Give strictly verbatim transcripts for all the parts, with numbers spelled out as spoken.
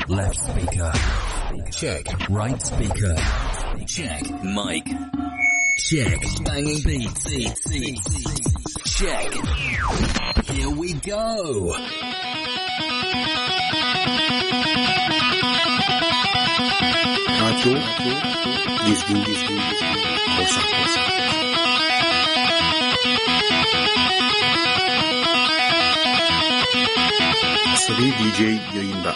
Left speaker. Check. Right speaker. Check. Mic. Check. Banging beats. Check. Here we go. Radyo, dizgin, dizgin, dizgin, korsak, korsak. Asabi D J yayında.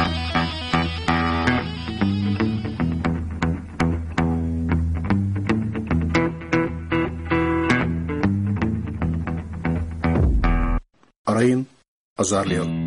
Arayın, azarlayalım.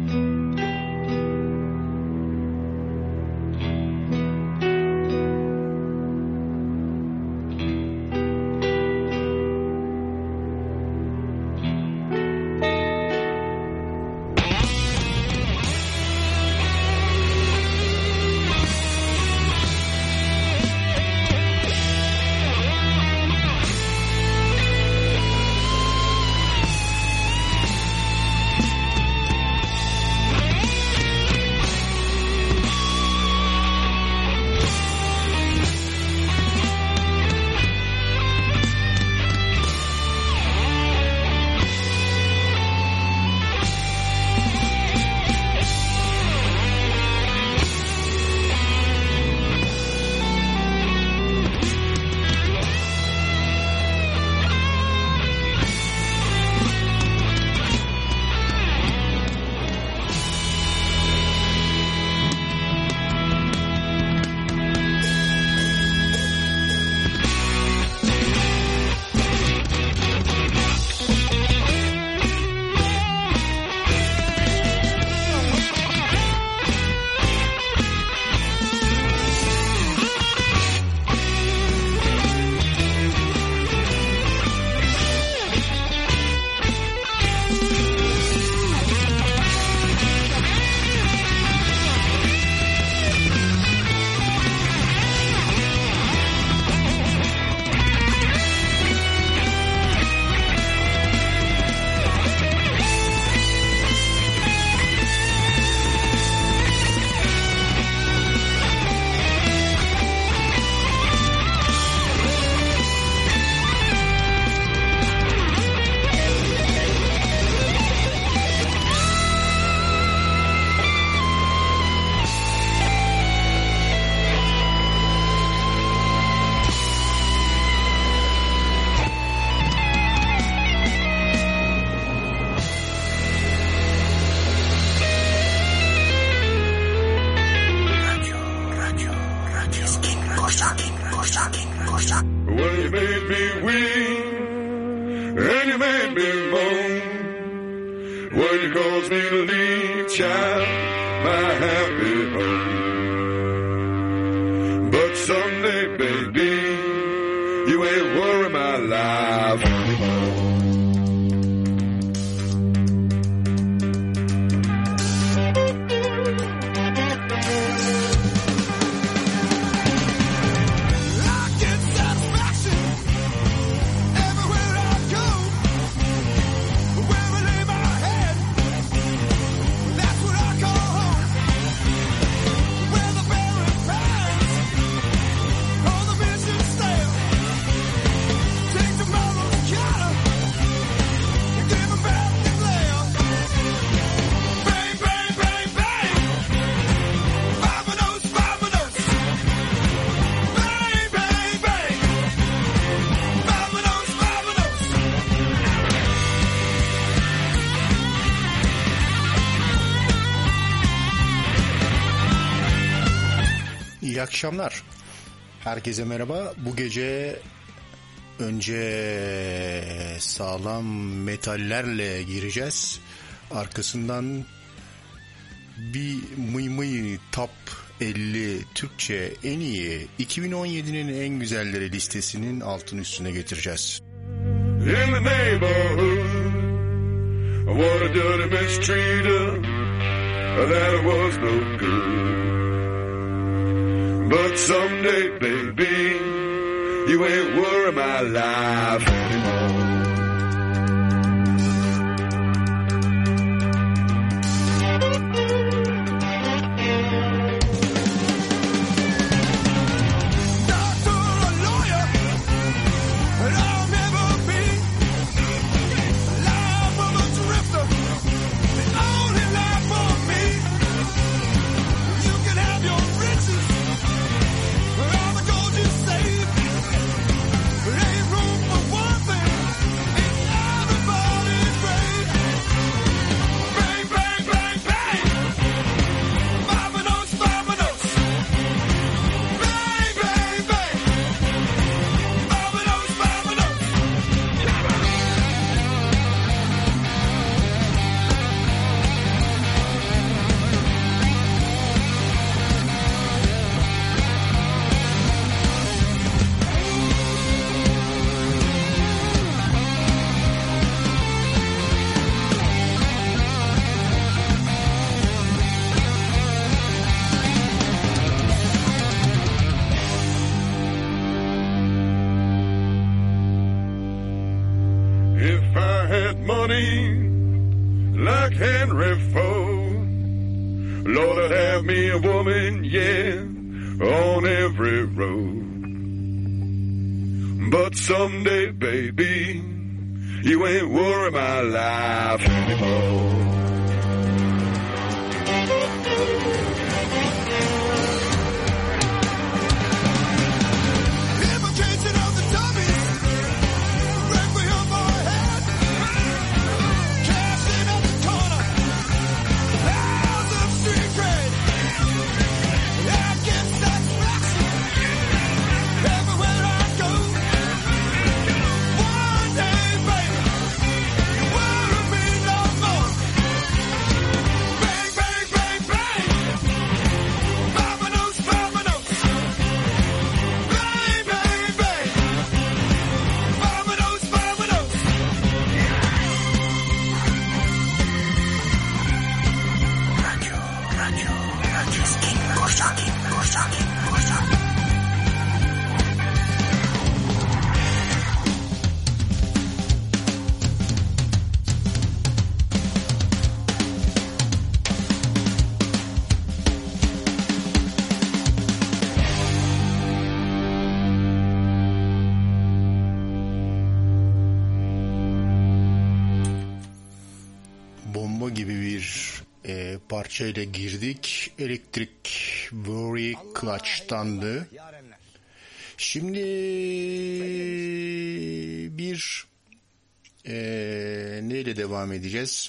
İyi akşamlar. Herkese merhaba. Bu gece önce sağlam metallerle gireceğiz. Arkasından bir mıy mıy top elli Türkçe en iyi iki bin on yedinin en güzelleri listesinin altın üstüne getireceğiz. In the neighborhood, what a dirty mistreater, that was no good. But someday, baby, you ain't worry my life anymore. got money like Henry Ford. Lord, I'd have me a woman, yeah, on every road. But someday, baby, you ain't worry my life anymore. Parçayla girdik. Electric Worry Clutch'tandı. Şimdi bir e, neyle devam edeceğiz?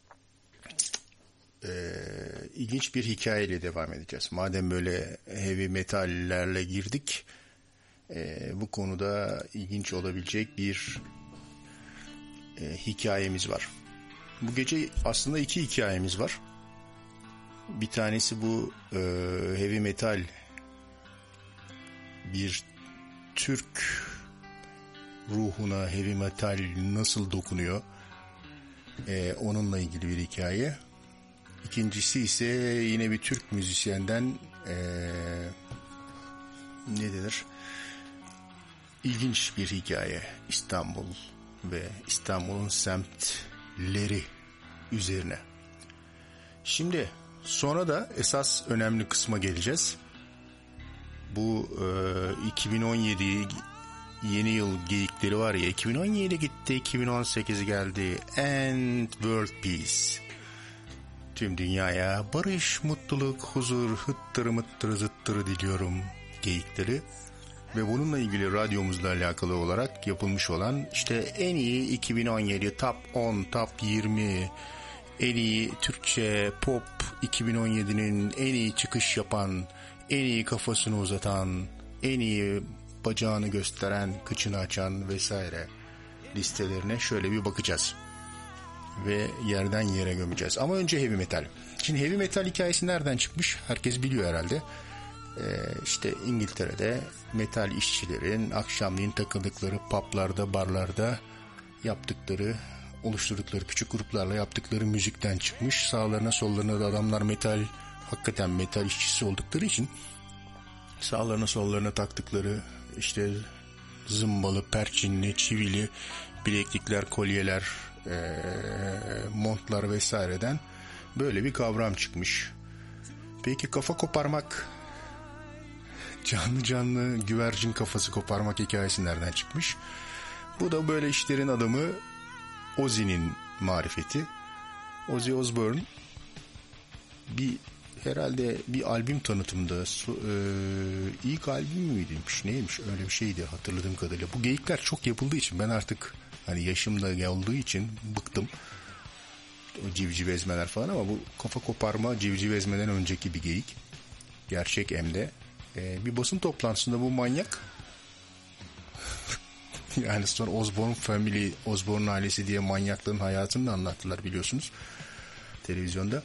E, ilginç bir hikayeyle devam edeceğiz. Madem böyle heavy metallerle girdik, e, bu konuda ilginç olabilecek bir e, hikayemiz var. Bu gece aslında iki hikayemiz var. Bir tanesi bu e, heavy metal, bir Türk ruhuna heavy metal nasıl dokunuyor, e, onunla ilgili bir hikaye. İkincisi ise yine bir Türk müzisyenden e, ne denir, ilginç bir hikaye. İstanbul ve İstanbul'un semtleri üzerine. Şimdi sonra da esas önemli kısma geleceğiz. Bu e, iki bin on yedi yeni yıl geyikleri var ya, iki bin on yedi gitti, iki bin on sekiz geldi. And World Peace. Tüm dünyaya barış, mutluluk, huzur, hıttırı mıttırı zıttırı diliyorum geyikleri. Ve bununla ilgili radyomuzla alakalı olarak yapılmış olan işte en iyi iki bin on yedi Top on, Top yirmi, en iyi Türkçe Pop iki bin on yedinin en iyi çıkış yapan, en iyi kafasını uzatan, en iyi bacağını gösteren, kıçını açan vesaire listelerine şöyle bir bakacağız. Ve yerden yere gömeceğiz. Ama önce heavy metal. Şimdi heavy metal hikayesi nereden çıkmış? Herkes biliyor herhalde. Ee, işte İngiltere'de metal işçilerin akşamleyin takıldıkları publarda, barlarda yaptıkları, oluşturdukları küçük gruplarla yaptıkları müzikten çıkmış. Sağlarına sollarına da adamlar metal, hakikaten metal işçisi oldukları için sağlarına sollarına taktıkları işte zımbalı, perçinli, çivili bileklikler, kolyeler, e, montlar vesaireden böyle bir kavram çıkmış. Peki kafa koparmak, canlı canlı güvercin kafası koparmak hikayesi nereden çıkmış? Bu da böyle işlerin adamı Ozzy'nin marifeti. Ozzy Osbourne bir herhalde bir albüm tanıtımında e, ilk albüm müydeymiş neymiş öyle bir şeydi hatırladığım kadarıyla. Bu geyikler çok yapıldığı için ben artık hani yaşımda olduğu için bıktım. O civciv ezmeler falan, ama bu kafa koparma civciv ezmeden önceki bir geyik. Gerçek hem de. E, bir basın toplantısında bu manyak yani sonra Osbourne Family, Osbourne ailesi diye manyakların hayatını da anlattılar biliyorsunuz televizyonda.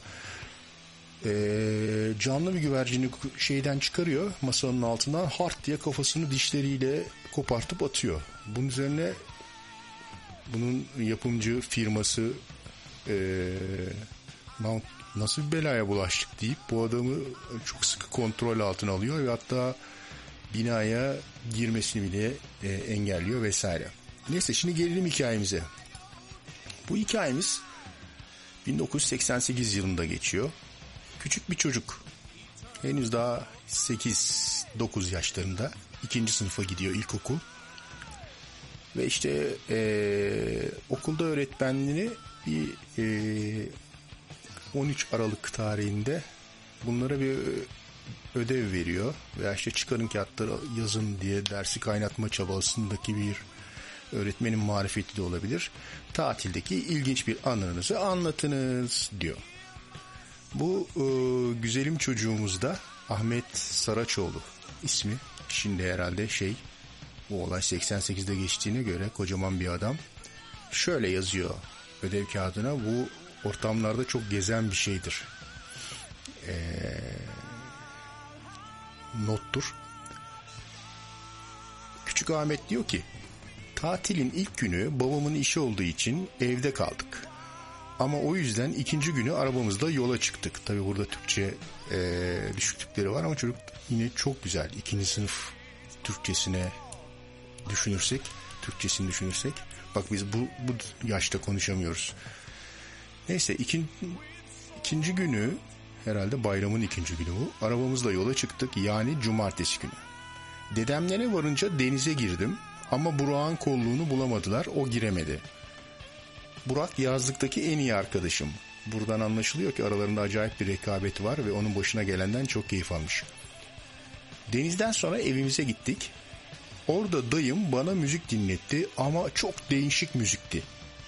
Ee, canlı bir güvercini şeyden çıkarıyor, masanın altından hart diye kafasını dişleriyle kopartıp atıyor. Bunun üzerine bunun yapımcı firması ee, nasıl bir belaya bulaştık deyip bu adamı çok sıkı kontrol altına alıyor ve hatta binaya girmesini bile e, engelliyor vesaire. Neyse, şimdi gelelim hikayemize. Bu hikayemiz bin dokuz yüz seksen sekiz yılında geçiyor. Küçük bir çocuk. Henüz daha sekiz dokuz yaşlarında. ikinci sınıfa gidiyor, ilkokul. Ve işte ee, okulda öğretmenliğini bir ee, on üç Aralık tarihinde bunlara bir ödev veriyor. Veya işte çıkarın kağıtları yazın diye dersi kaynatma çabasındaki bir öğretmenin marifeti de olabilir. Tatildeki ilginç bir anınızı anlatınız diyor. Bu e, güzelim çocuğumuz da Ahmet Saraçoğlu ismi. Şimdi herhalde şey, bu olay seksen sekizde geçtiğine göre kocaman bir adam. Şöyle yazıyor ödev kağıdına, bu ortamlarda çok gezen bir şeydir. Eee nottur. Küçük Ahmet diyor ki, tatilin ilk günü babamın işi olduğu için evde kaldık. Ama o yüzden ikinci günü arabamızla yola çıktık. Tabi burada Türkçe e, düşüklükleri var ama çocuk yine çok güzel. İkinci sınıf Türkçesine düşünürsek, Türkçesini düşünürsek, bak biz bu, bu yaşta konuşamıyoruz. Neyse ikin, ikinci günü, herhalde bayramın ikinci günü bu. Arabamızla yola çıktık, yani cumartesi günü. Dedemlere varınca denize girdim ama Burak'ın kolluğunu bulamadılar, o giremedi. Burak yazlıktaki en iyi arkadaşım. Buradan anlaşılıyor ki aralarında acayip bir rekabet var ve onun başına gelenden çok keyif almış. Denizden sonra evimize gittik. Orada dayım bana müzik dinletti ama çok değişik müzikti.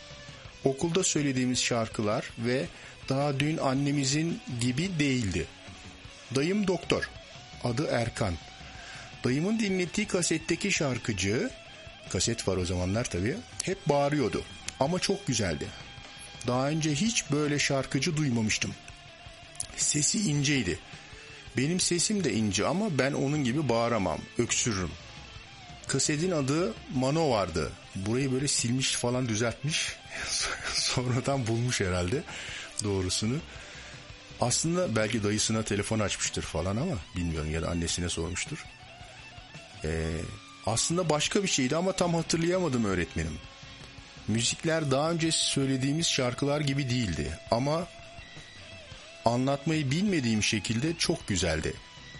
Okulda söylediğimiz şarkılar ve daha dün annemizin gibi değildi. Dayım doktor. Adı Erkan. Dayımın dinlettiği kasetteki şarkıcı, kaset var o zamanlar tabii, hep bağırıyordu. Ama çok güzeldi. Daha önce hiç böyle şarkıcı duymamıştım. Sesi inceydi. Benim sesim de ince ama ben onun gibi bağıramam, öksürürüm. Kasetin adı Manovar'dı. Burayı böyle silmiş falan, düzeltmiş. Sonradan bulmuş herhalde doğrusunu. Aslında belki dayısına telefon açmıştır falan ama bilmiyorum, ya da annesine sormuştur. Ee, aslında başka bir şeydi ama tam hatırlayamadım öğretmenim. Müzikler daha önce söylediğimiz şarkılar gibi değildi ama anlatmayı bilmediğim şekilde çok güzeldi.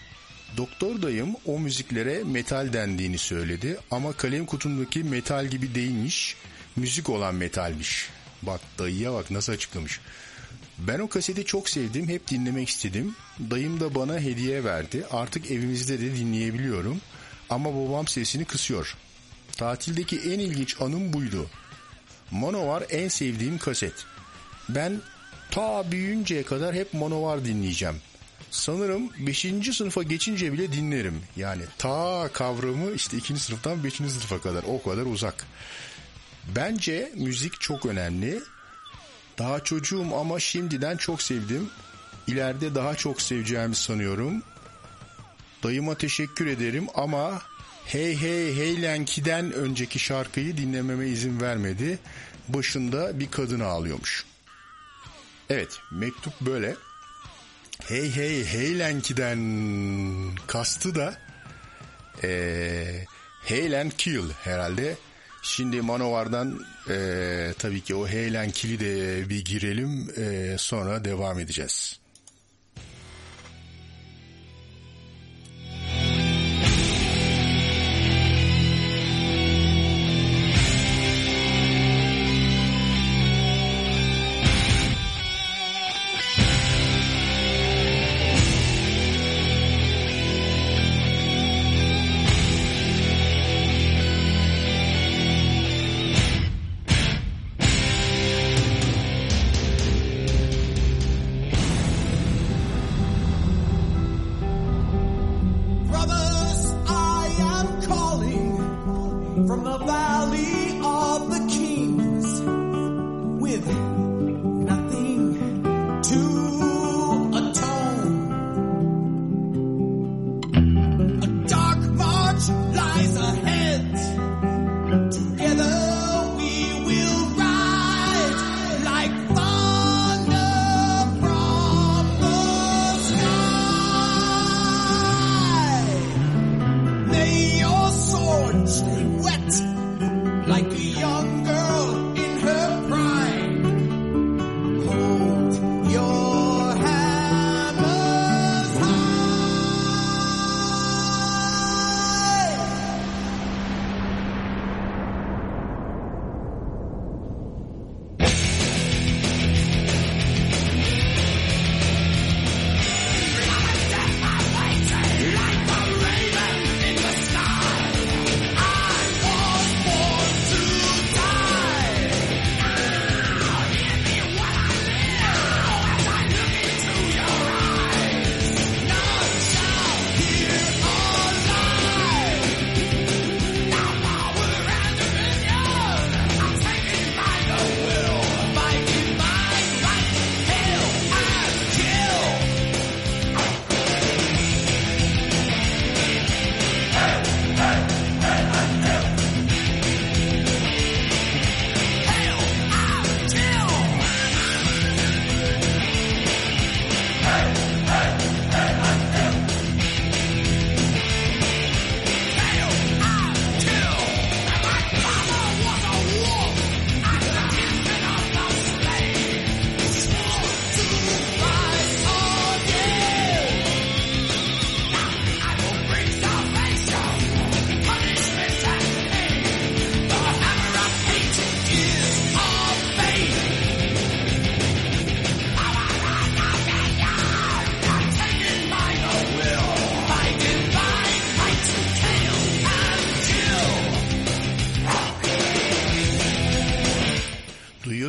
Doktor dayım o müziklere metal dendiğini söyledi ama kalem kutumdaki metal gibi değilmiş, müzik olan metalmiş. Bak dayıya bak nasıl açıklamış. Ben o kaseti çok sevdim, hep dinlemek istedim. Dayım da bana hediye verdi. Artık evimizde de dinleyebiliyorum. Ama babam sesini kısıyor. Tatildeki en ilginç anım buydu. Manowar en sevdiğim kaset. Ben ta büyüyünceye kadar hep Manowar dinleyeceğim. Sanırım beşinci sınıfa geçince bile dinlerim. Yani ta kavramı işte ikinci sınıftan beşinci sınıfa kadar, o kadar uzak. Bence müzik çok önemli. Daha çocuğum ama şimdiden çok sevdim. İleride daha çok seveceğimi sanıyorum. Dayıma teşekkür ederim ama Hey Hey Hey Lenki'den önceki şarkıyı dinlememe izin vermedi. Başında bir kadın ağlıyormuş. Evet, mektup böyle. Hey Hey Hey Lenki'den kastı da ee, Hey Len Kill herhalde. Şimdi Manowar'dan e, tabii ki o Hey Len Kill'i de bir girelim, e, sonra devam edeceğiz. Like a young girl in her prime.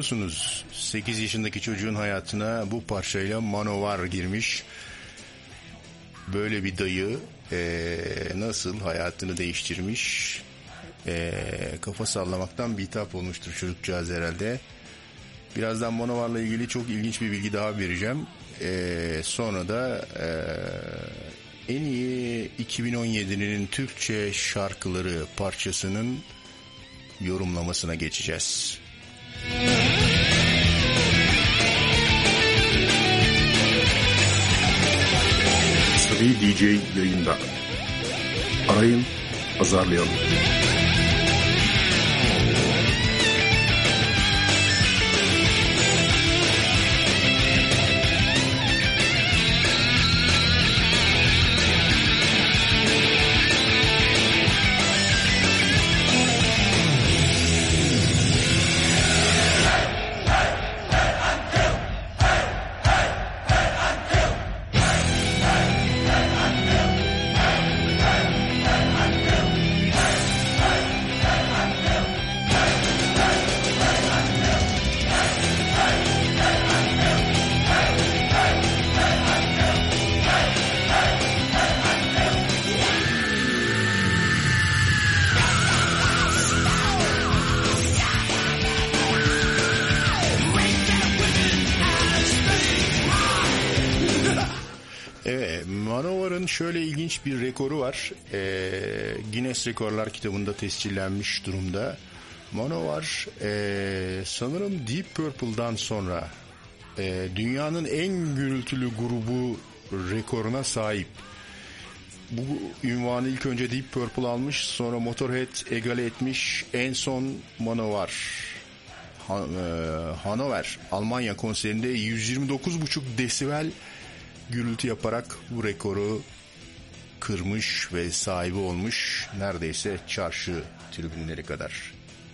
musunuz? sekiz yaşındaki çocuğun hayatına bu parçayla Manowar girmiş. Böyle bir dayı ee, nasıl hayatını değiştirmiş? Ee, kafa sallamaktan bitap olmuştur çocukcağız herhalde. Birazdan Manowar'la ilgili çok ilginç bir bilgi daha vereceğim. Ee, sonra da ee, en iyi iki bin on yedinin Türkçe şarkıları parçasının yorumlamasına geçeceğiz. Sabi D J yayında. Arayın, azarlayalım. Şöyle ilginç bir rekoru var. Ee, Guinness Rekorlar kitabında tescillenmiş durumda. Manowar ee, sanırım Deep Purple'dan sonra ee, dünyanın en gürültülü grubu rekoruna sahip. Bu ünvanı ilk önce Deep Purple almış, sonra Motorhead egale etmiş, en son Manowar. Han, e, Hannover Almanya konserinde yüz yirmi dokuz buçuk desibel gürültü yaparak bu rekoru kırmış ve sahibi olmuş, neredeyse çarşı tribünleri kadar.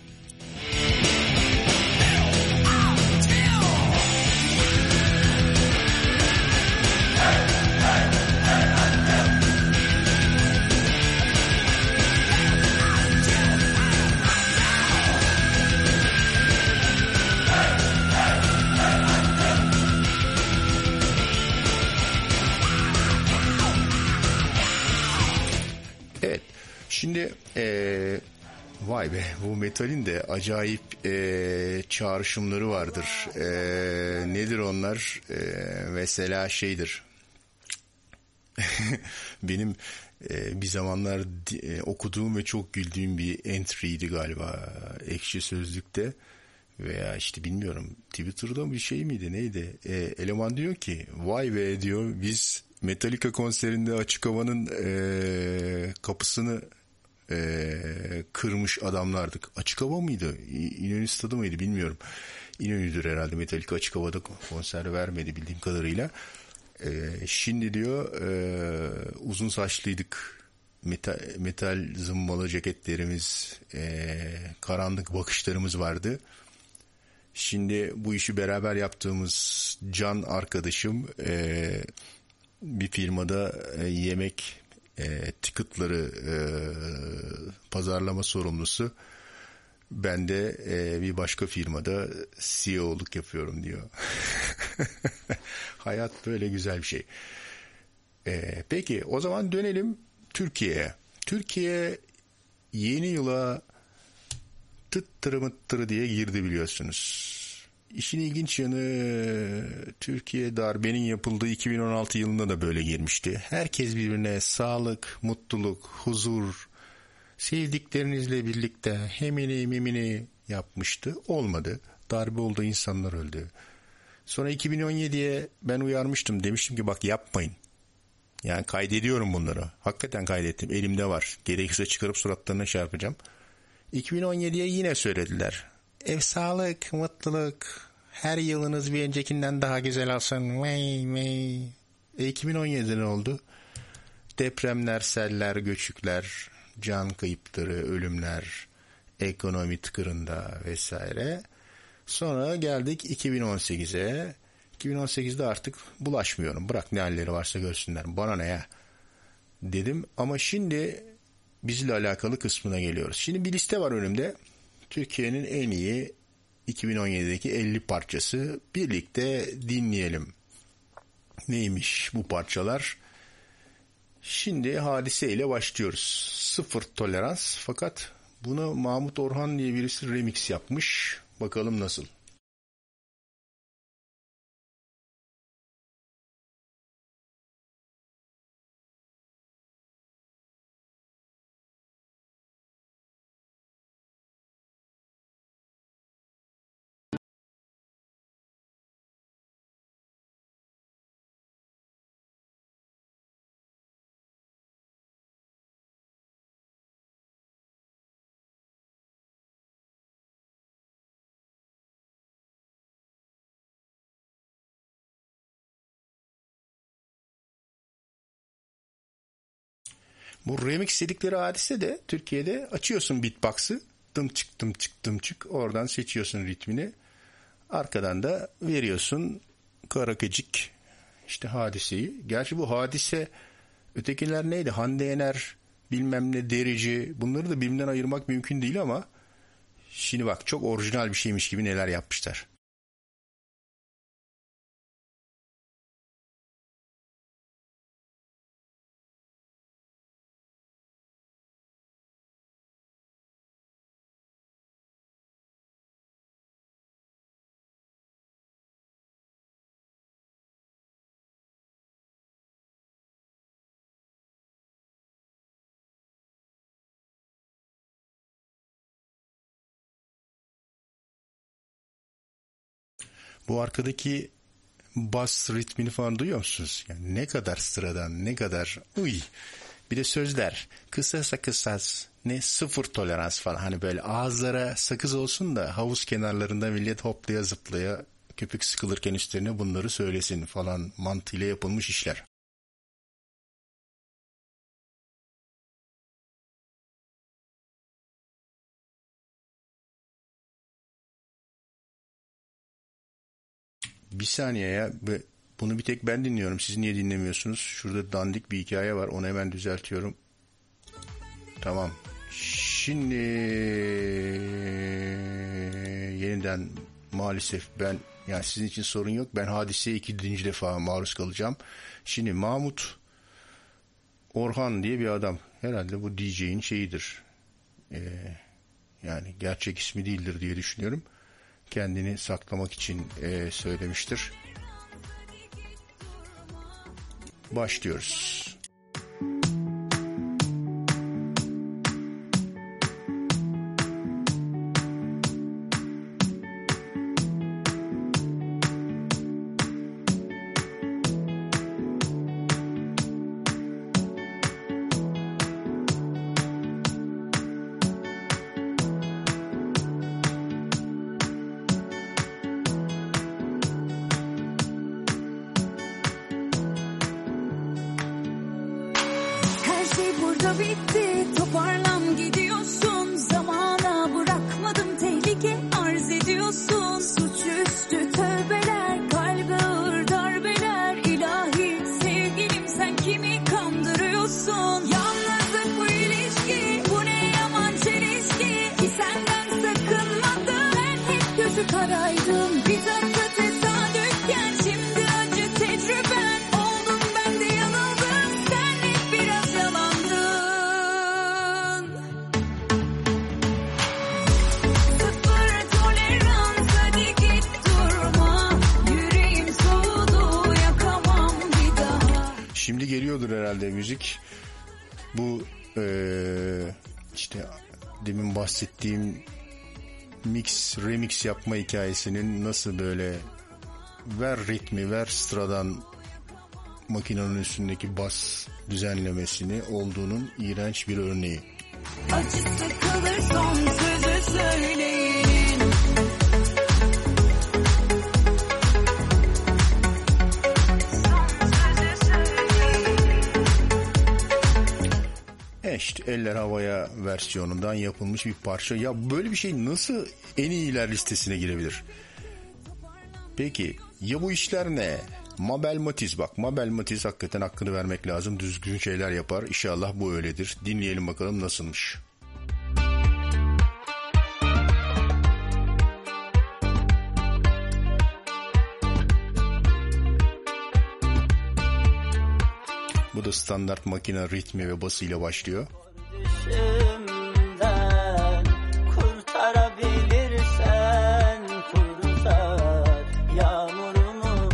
Şimdi ee, vay be, bu metalin de acayip ee, çağrışımları vardır. Ee, nedir onlar? Ee, mesela şeydir. Benim ee, bir zamanlar e, okuduğum ve çok güldüğüm bir entry'ydi galiba Ekşi Sözlük'te veya işte bilmiyorum Twitter'da bir şey miydi neydi? Ee, eleman diyor ki vay be diyor, biz Metallica konserinde açık havanın ee, kapısını Ee, kırmış adamlardık. Açık hava mıydı? İnönü stadı mıydı bilmiyorum. İnönü'dür herhalde. Metallica açık havada konser vermedi bildiğim kadarıyla. Ee, şimdi diyor e, uzun saçlıydık. Metal, metal zımbalı ceketlerimiz, e, karanlık bakışlarımız vardı. Şimdi bu işi beraber yaptığımız can arkadaşım e, bir firmada e, yemek E, ticketları e, pazarlama sorumlusu. Ben de e, bir başka firmada C E O'luk yapıyorum diyor. Hayat böyle güzel bir şey. E, peki o zaman dönelim Türkiye'ye. Türkiye yeni yıla tıttırı mıttırı diye girdi biliyorsunuz. İşin ilginç yanı, Türkiye darbenin yapıldığı iki bin on altı yılında da böyle girmişti. Herkes birbirine sağlık, mutluluk, huzur, sevdiklerinizle birlikte hemini mimini yapmıştı. Olmadı. Darbe oldu, insanlar öldü. Sonra iki bin on yediye ben uyarmıştım. Demiştim ki bak yapmayın. Yani kaydediyorum bunları. Hakikaten kaydettim. Elimde var. Gerekirse çıkarıp suratlarına çarpacağım. iki bin on yediye yine söylediler. Ev sağlık, mutluluk, her yılınız bir öncekinden daha güzel olsun. Mey mey. E, iki bin on yedi ne oldu? Depremler, seller, göçükler, can kayıpları, ölümler, ekonomi tıkırında vesaire. Sonra geldik iki bin on sekize. iki bin on sekizde artık bulaşmıyorum. Bırak ne halleri varsa görsünler. Bana ne ya? Dedim ama şimdi bizle alakalı kısmına geliyoruz. Şimdi bir liste var önümde. Türkiye'nin en iyi iki bin on yedideki elli parçası. Birlikte dinleyelim. Neymiş bu parçalar? Şimdi Hadise ile başlıyoruz. Sıfır tolerans, fakat bunu Mahmut Orhan diye birisi remix yapmış. Bakalım nasıl? Bu remix dedikleri hadise de Türkiye'de açıyorsun beatbox'ı. Dım çık dım çık dım çık. Oradan seçiyorsun ritmini. Arkadan da veriyorsun karakecik işte Hadise'yi. Gerçi bu Hadise, ötekiler neydi? Hande Yener, bilmem ne Derici. Bunları da birbirinden ayırmak mümkün değil ama şimdi bak, çok orijinal bir şeymiş gibi neler yapmışlar. Bu arkadaki bas ritmini falan duyuyor musunuz? Yani ne kadar sıradan, ne kadar uy. Bir de sözler kısasa kısas, ne sıfır tolerans falan, hani böyle ağızlara sakız olsun da havuz kenarlarında millet hoplaya zıplaya köpük sıkılırken üstlerine bunları söylesin falan mantığıyla yapılmış işler. Bir saniye ya. Bunu bir tek ben dinliyorum. Siz niye dinlemiyorsunuz? Şurada dandik bir hikaye var. Onu hemen düzeltiyorum. Tamam. Şimdi yeniden maalesef ben, yani sizin için sorun yok. Ben Hadise'ye ikinci defa maruz kalacağım. Şimdi Mahmut Orhan diye bir adam. Herhalde bu D J'in şeyidir. Ee, yani gerçek ismi değildir diye düşünüyorum. Kendini saklamak için e, söylemiştir. Başlıyoruz. Şimdi geliyordur herhalde müzik. Bu ee, işte demin bahsettiğim mix, remix yapma hikayesinin nasıl böyle ver ritmi, ver sıradan makinenin üstündeki bas düzenlemesini olduğunun iğrenç bir örneği. Acısı kalır son sözü söyleyin. İşte eller havaya versiyonundan yapılmış bir parça. Ya böyle bir şey nasıl en iyiler listesine girebilir? Peki ya bu işler ne? Mabel Matiz, bak Mabel Matiz hakikaten hakkını vermek lazım. Düzgün şeyler yapar. İnşallah bu öyledir. Dinleyelim bakalım nasılmış. Bu da standart makine ritmi ve basıyla başlıyor. Kurtarabilirsen kurtar yağmurumu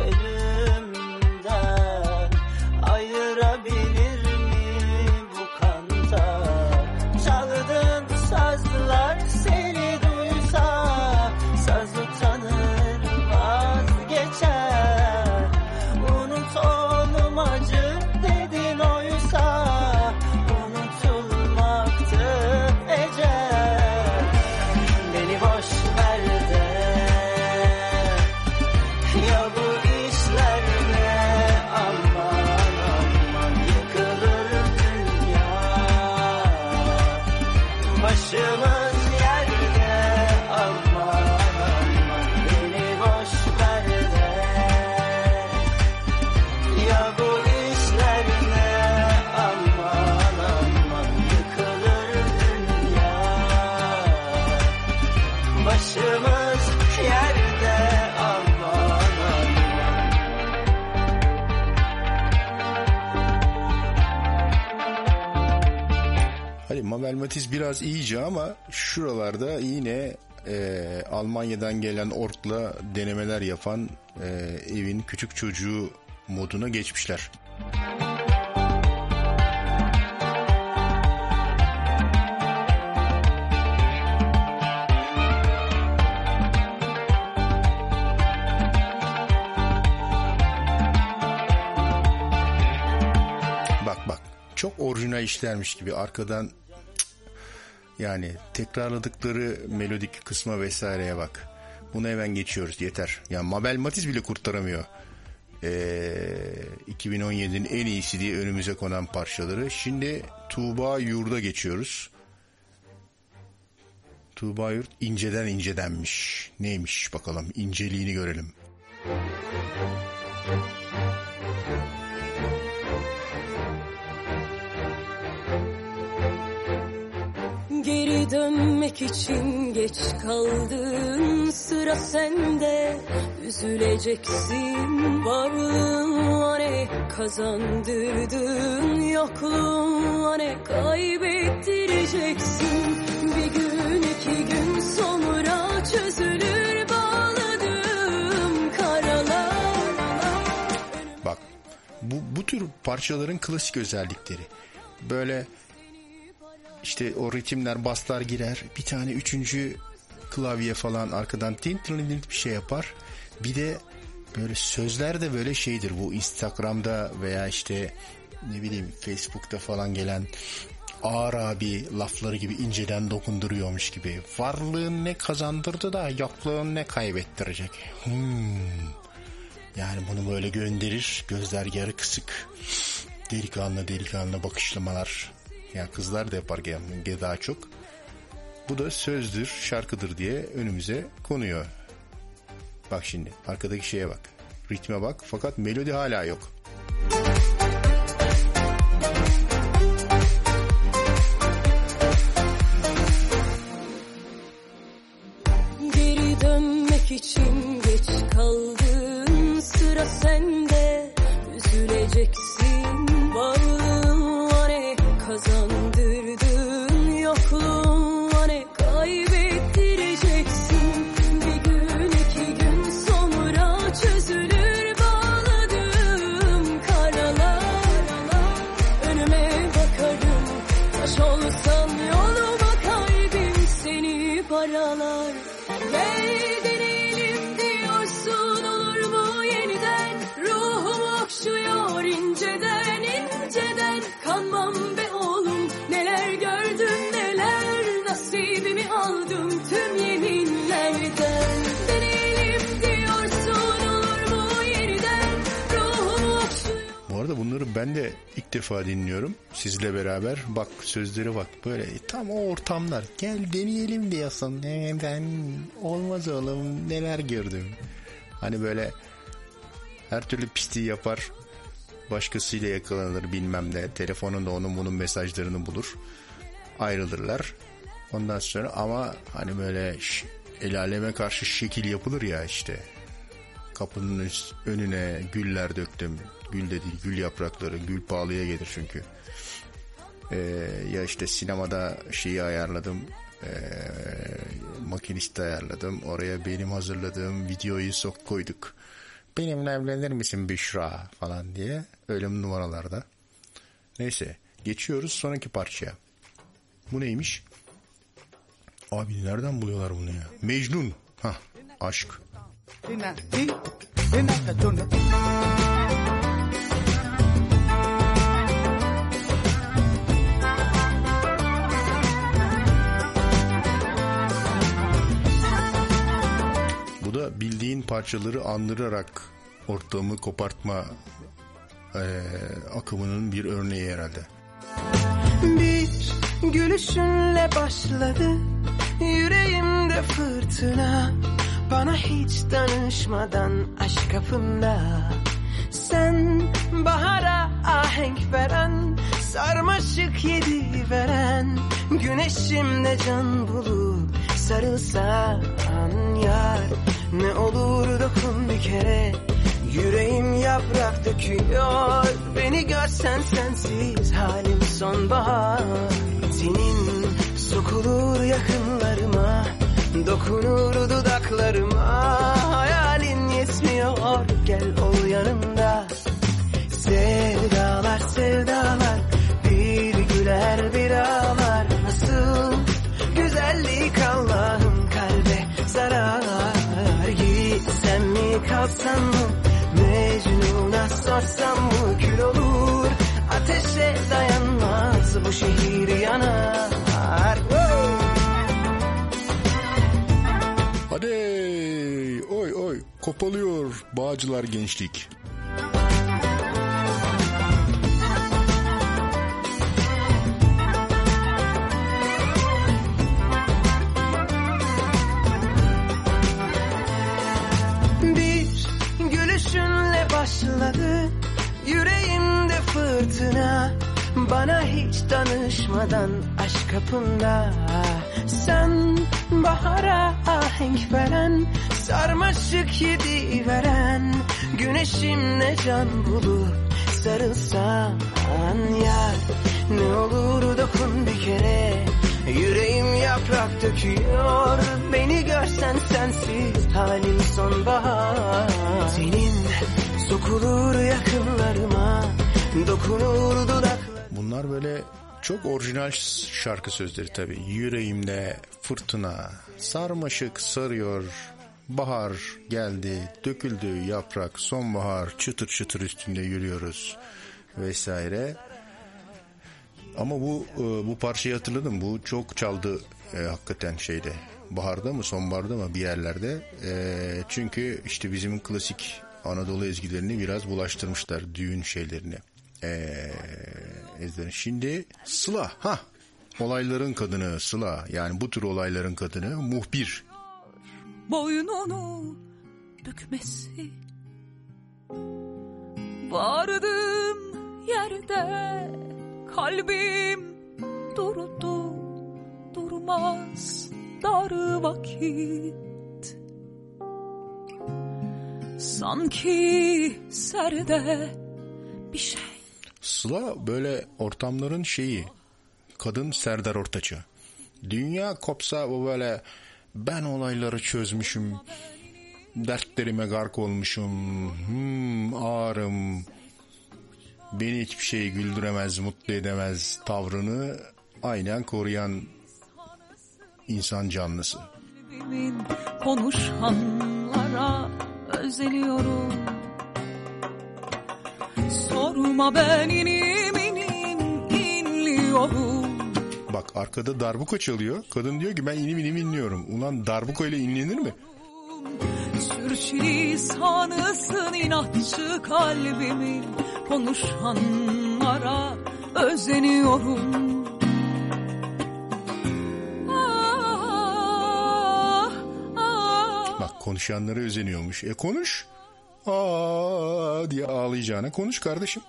çölümden, ayırabilir mi bu kantar? Çaldığın sazlar seni duysa, saz utanır vazgeçer. Unut oğlum acı dedin oysa, unutulmaktı ecel. Beni boş ver de ya bu işler ne, aman aman yıkılır dünya. Başımız yerde, aman aman beni boş ver de ya bu işler ne, aman aman yıkılır dünya. Başımız yerde, aman aman. Hadi Mabel Matiz biraz iyice ama şuralarda yine e, Almanya'dan gelen orkla denemeler yapan e, evin küçük çocuğu moduna geçmişler. Bak bak, çok orijinal işlermiş gibi arkadan cık, yani tekrarladıkları melodik kısma vesaireye bak. Bunu hemen geçiyoruz, yeter. Ya Mabel Matiz bile kurtaramıyor. Ee, iki bin on yedinin en iyisi diye önümüze konan parçaları. Şimdi Tuğba Yurt'a geçiyoruz. Tuğba Yurt inceden incedenmiş. Neymiş bakalım, inceliğini görelim. Geri dönmek için geç kaldın, sıra sende. Üzüleceksin, varlığın ne kazandırdın, yokluğun ne kaybettireceksin. Bir gün iki gün sonra çözülür bağladığım karalar. Bak bu, bu tür parçaların klasik özellikleri. Böyle İşte o ritimler, baslar girer. Bir tane üçüncü klavye falan arkadan tin tin tin bir şey yapar. Bir de böyle sözler de böyle şeydir. Bu Instagram'da veya işte ne bileyim Facebook'ta falan gelen ağır abi lafları gibi inceden dokunduruyormuş gibi. Varlığın ne kazandırdı da yokluğun ne kaybettirecek. Hmm. Yani bunu böyle gönderir. Gözler yarı kısık. Delikanlı delikanlı bakışlamalar. Yani kızlar da yapar genelde daha çok. Bu da sözdür, şarkıdır diye önümüze konuyor. Bak şimdi arkadaki şeye bak. Ritme bak, fakat melodi hala yok. Geri dönmek için geç kaldın, sıra sende. Üzüleceksin, varlığın ne kazandırdın, yokluğun ne kaybettireceksin. Bir gün iki gün sonra çözülür bağladığım karalar. Önüme bakarım, taş olsam yoluma kalbim seni paralar. Gel deneyelim diyorsun, olur mu yeniden? Ruhum okşuyor inceden inceden. Kanmam be oğlum, neler gördüm neler, nasibimi aldım tüm yeminlerden. Deneyelim diyorsun, olur mu yeniden? Ruhum okşuyor. Bu arada bunları ben de ilk defa dinliyorum sizle beraber. Bak sözleri bak böyle tam o ortamlar. Gel deneyelim diyorsun. Ben olmaz oğlum, neler gördüm. Hani böyle her türlü pisliği yapar. Başkasıyla yakalanır bilmem ne. Telefonunda onun bunun mesajlarını bulur. Ayrılırlar. Ondan sonra ama hani böyle el aleme karşı şekil yapılır ya işte. kapının önüne güller döktüm. Gül de değil, gül yaprakları. Gül pahalıya gelir çünkü. Ee, ya işte sinemada şeyi ayarladım. Ee, makinisti ayarladım. Oraya benim hazırladığım videoyu sok koyduk. Benimle evlenir misin Büşra falan diye. Öyle numaralarda. Neyse. Geçiyoruz sonraki parçaya. Bu neymiş? Abi nereden buluyorlar bunu ya? Mecnun. Hah. Aşk. Bu da bildiğin parçaları andırarak ortamı kopartma e, akımının bir örneği herhalde. Bir gülüşünle başladı yüreğimde fırtına, bana hiç danışmadan aşk kapında. Sen bahara ahenk veren, sarmaşık yedi veren, güneşimde can bulup sarılsan yar, ne olur dokun bir kere. Yüreğim yaprak döküyor, beni görsen sensiz halim sonbahar. Senin sokulur yakınlarıma, dokunur dudaklarıma, hayalin yetmiyor, gel ol yanımda. Sevdalar sevdalar, bir güler bir ağlar, nasıl güzellik Allah'ım kalbe zarar. Gitsem mi kalsam mı, Mecnun'a sorsam mı, kül olur ateşe dayanmaz, bu şehir yanar. Hadi oy oy kopalıyor Bağcılar gençlik. Başladı yüreğimde fırtına, bana hiç danışmadan aşk kapında. Sen bahara ahenk veren, sarmaşık yedi veren, güneşimle can bulup sarılsan yar, ne olur dokun bir kere. Yüreğim yaprak döküyor, beni görsen sensiz halim sonbahar. Senin sokulur yakınlarıma, dokunur dudaklarıma. Bunlar böyle çok orijinal şarkı sözleri tabii. Yüreğimde fırtına, sarmaşık sarıyor, bahar geldi, döküldü yaprak, sonbahar, çıtır çıtır üstünde yürüyoruz vesaire. Ama bu bu parçayı hatırladım. Bu çok çaldı e, hakikaten şeyde. Baharda mı sonbaharda mı bir yerlerde. E, çünkü işte bizim klasik Anadolu ezgilerini biraz bulaştırmışlar düğün şeylerini. Ee, şimdi Sıla, ha, olayların kadını Sıla, yani bu tür olayların kadını, muhbir. Boynunu bükmesi, vardığım yerde kalbim durdu durmaz dar vakit. Sanki serde bir şey. Sıla böyle ortamların şeyi, kadın Serdar Ortaç'ı. Dünya kopsa o böyle, ben olayları çözmüşüm, dertlerime gark olmuşum, hmm, ağrım, beni hiçbir şey güldüremez, mutlu edemez tavrını aynen koruyan insan canlısı. Konuşanlara özeniyorum. Sorma ben inim inim inliyorum. Bak arkada darbuka çalıyor. Kadın diyor ki ben inim inim inliyorum. Ulan darbuka ile inlenir mi? Sürçülisanısın inatçı kalbimin, konuşanlara özeniyorum. Bak konuşanlara özeniyormuş. E konuş. Aa diye ağlayacağına konuş kardeşim.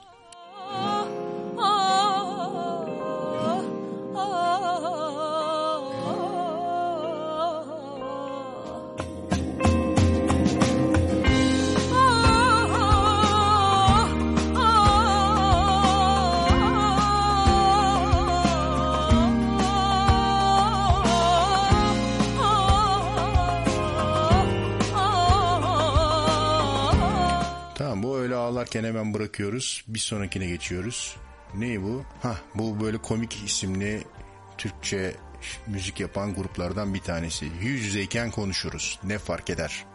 çalarken hemen bırakıyoruz. Bir sonrakine geçiyoruz. Ne bu? Hah, bu böyle komik isimli Türkçe müzik yapan gruplardan bir tanesi. Yüz yüzeyken konuşuruz. Ne fark eder?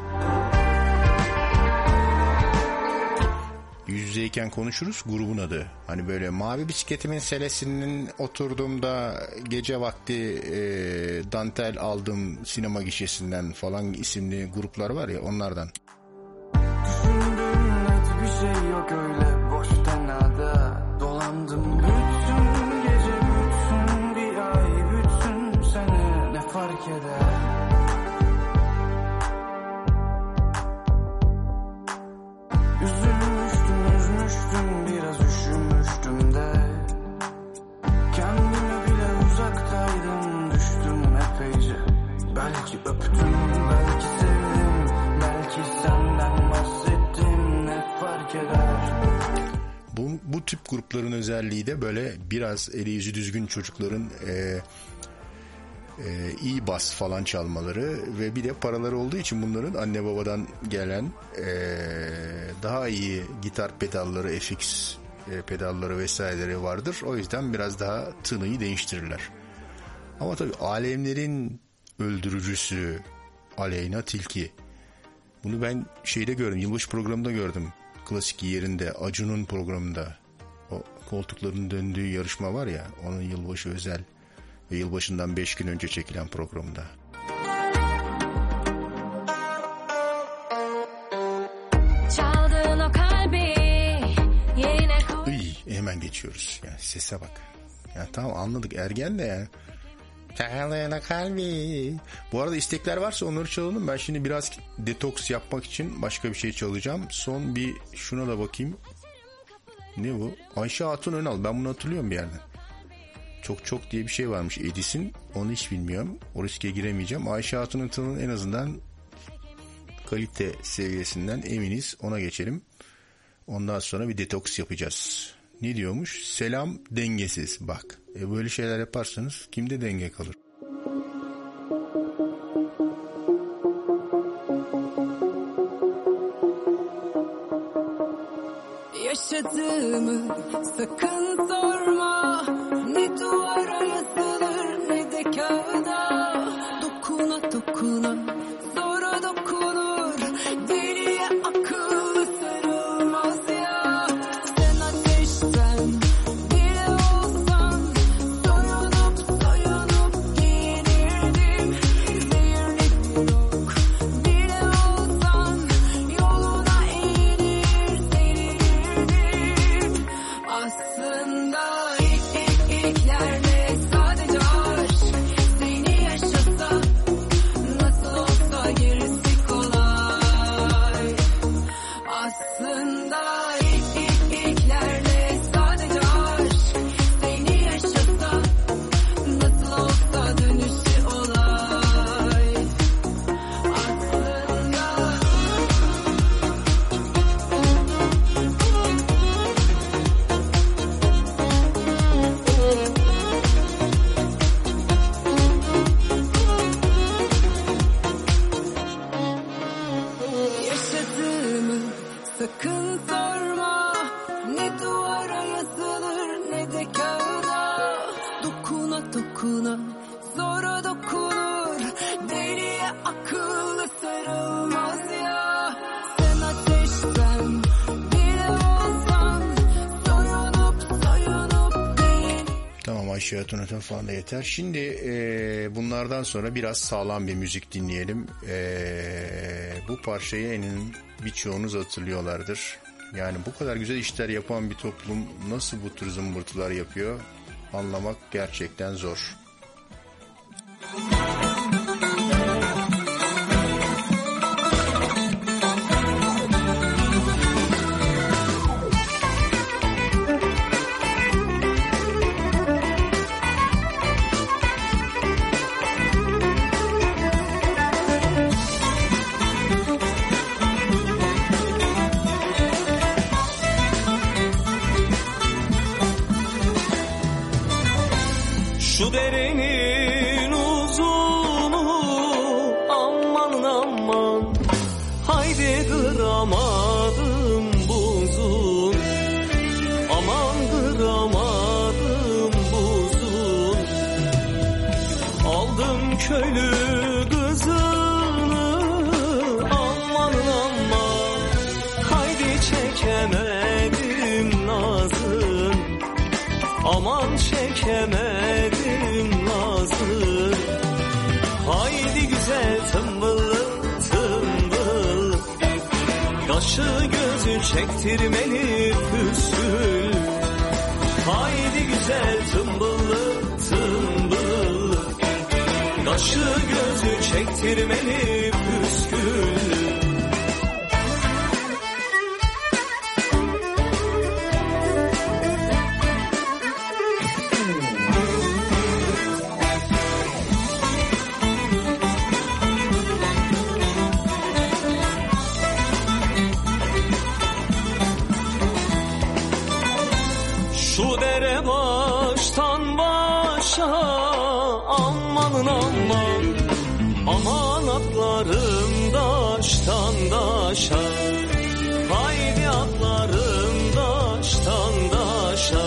Yüz yüzeyken konuşuruz grubun adı. Hani böyle mavi bisikletimin selesinin oturduğumda gece vakti e, dantel aldım sinema gişesinden falan isimli gruplar var ya, onlardan. Düşündüm net bir şey yok öyle boş tenada. Dolandım bütün gece bütün bir ay bütün sene ne fark eder? Üzülmüştüm üzmüştüm biraz üşümüştüm de. Kendime bile uzaktaydım düştüm epeyce. Belki öptüm belki sevdim belki senden bahsettim ne fark eder? Bu, bu tip grupların özelliği de böyle biraz eli yüzü düzgün çocukların e, e, iyi bas falan çalmaları ve bir de paraları olduğu için bunların anne babadan gelen e, daha iyi gitar pedalları, F X e, pedalları vesaireleri vardır. O yüzden biraz daha tınıyı değiştirirler. Ama tabii alemlerin öldürücüsü Aleyna Tilki. Bunu ben şeyde gördüm, yılbaşı programında gördüm. Klasik yerinde, Acun'un programında. O koltukların döndüğü yarışma var ya, onun yılbaşı özel ve yılbaşından beş gün önce çekilen programda. Iy, hemen geçiyoruz. Yani sese bak. Yani tamam anladık, ergen de yani. Çaldığına kalbi. Bu arada istekler varsa onları çalalım. Ben şimdi biraz detoks yapmak için başka bir şey çalacağım. Son bir şuna da bakayım. Ne bu? Ayşe Hatun Önal. Ben bunu hatırlıyorum bir yerden. Çok çok diye bir şey varmış Edis'in. Onu hiç bilmiyorum. O riske giremeyeceğim. Ayşe Hatun Önal'ın en azından kalite seviyesinden eminiz. Ona geçelim. Ondan sonra bir detoks yapacağız. Ne diyormuş? Selam dengesiz. Bak. E böyle şeyler yaparsanız kimde denge kalır? Yaşadığımı sakın sorma. Ne duvara yazılır ne de kağıda. Dokuna dokuna sonra dokunur. Deliye akıl sarılmaz ya. Sen ateşten bile olsan soyunup soyunup giyinirdim. Zehirli yok bile olsan yoluna eğilir serilirdim. Aslında ilk ilk ilklerle sadece aşk seni yaşasa nasıl olsa gerisi kolay. Aslında ilk ilk ilklerle sadece aşk seni yaşasa nasıl olsa dönüşü olay. Aslında yaşadığımı sakın sorma. Ne duvara yazılır ne de kağıda. Dokuna dokuna sonra dokunur. Deliye akıllı sarılmaz ya. Sen ateşten bile olsan soyunup soyunup değil. Tamam, Ayşe Hatun Önal falan da yeter. Şimdi e, bunlardan sonra biraz sağlam bir müzik dinleyelim. E, bu parçayı eminim birçoğunuz hatırlıyorlardır. Yani bu kadar güzel işler yapan bir toplum nasıl bu tür zımbırtılar yapıyor anlamak gerçekten zor. Şu derenin uzunu aman aman haydi kıramadım bu köylü kızını, aman aman haydi çekemedim nazın, aman çekemedim nazın. Haydi güzel tımbıllı tımbıl, kaşı gözü çektirmeli püskül. Haydi güzel tımbıllı tımbıl, kaşı gözü çektirmeli püskül. Şu dere baştan başa, amanın aman, aman atlarım daştan daşa. Haydi atlarım daştan daşa.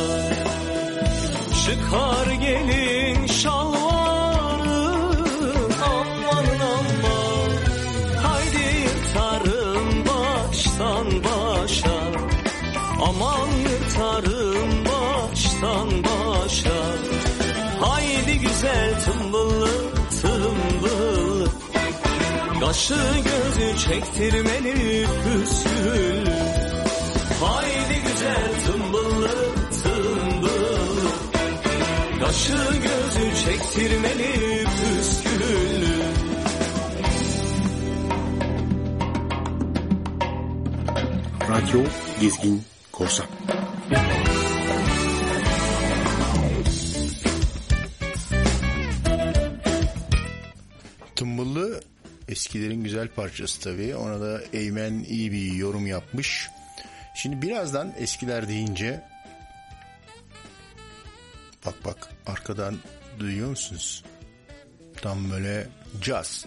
Çıkar gelin şalvarı, amanın aman, haydi yırtarım baştan başa. Aman yırtarım baştan başa. Haydi güzel tımbıllı tımbıl, kaşı gözü çektirmeli püskül. Haydi güzel tımbıllı tımbıl, kaşı gözü çektirmeli püskül. Radyo Gezgin Korsan. Tımbıllı eskilerin güzel parçası tabii. Ona da Eymen iyi bir yorum yapmış. Şimdi birazdan eskiler deyince, bak bak arkadan duyuyor musunuz? Tam böyle caz.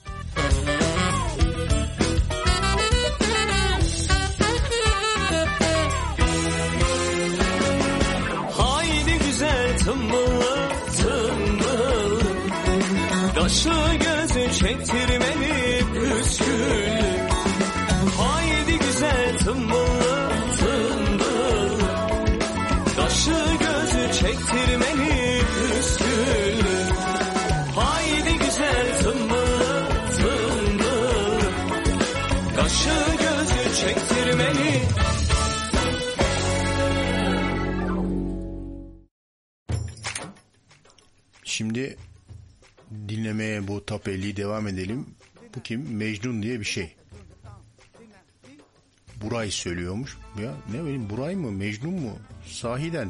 Haydi güzel tımbıllı tımbıl, kaşı gözü çektirmeli püskül. Haydi güzel tımbıllı tımbıl, kaşı gözü çektirmeli püskül. Haydi güzel tımbıllı tımbıl, kaşı gözü çektirmeli. Şimdi dinlemeye bu top elliyi devam edelim. Bu kim? Mecnun diye bir şey. Buray söylüyormuş. Ya ne bileyim, Buray mı Mecnun mu? Sahiden.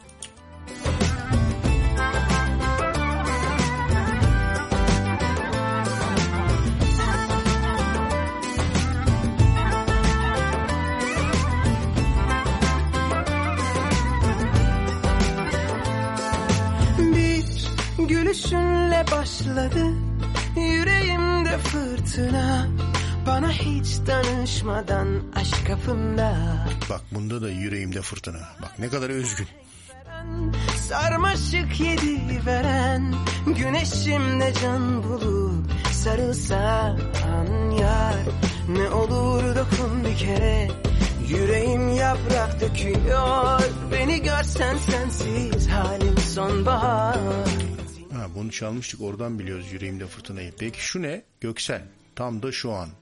Gülüşünle başladı yüreğimde fırtına, bana hiç danışmadan aşk kapında. Bak bunda da yüreğimde fırtına. Bak ne kadar özgün. Sarmaşık yedi veren, güneşimde can bulup sarılsan yar. Ne olur dokun bir kere, yüreğim yaprak döküyor. Beni görsen sensiz halim sonbahar. Ha, bunu çalmıştık, oradan biliyoruz yüreğimde fırtınayı. Peki şu ne? Göksel. Tam da şu an.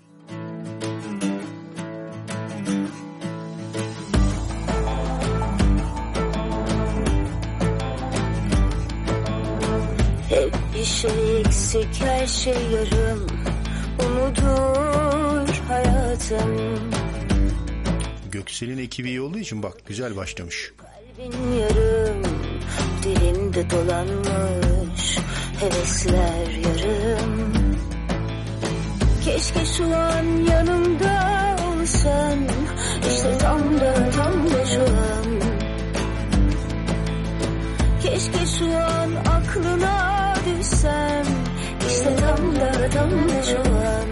Hep bir şey eksik, her şey yarım. Umudur hayatım. Göksel'in ekibi iyi olduğu için bak güzel başlamış. Kalbin yarım, dilimde dolanmış hevesler yarım. Keşke şu an yanımda olsan, işte tam da tam da şu an. Keşke şu an aklına düşsem, işte tam da tam da şu an.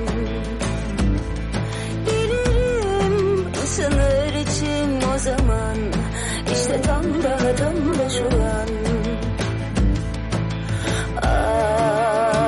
Bilirim ısınır içim o zaman, işte tam da tam da şu an. Aa,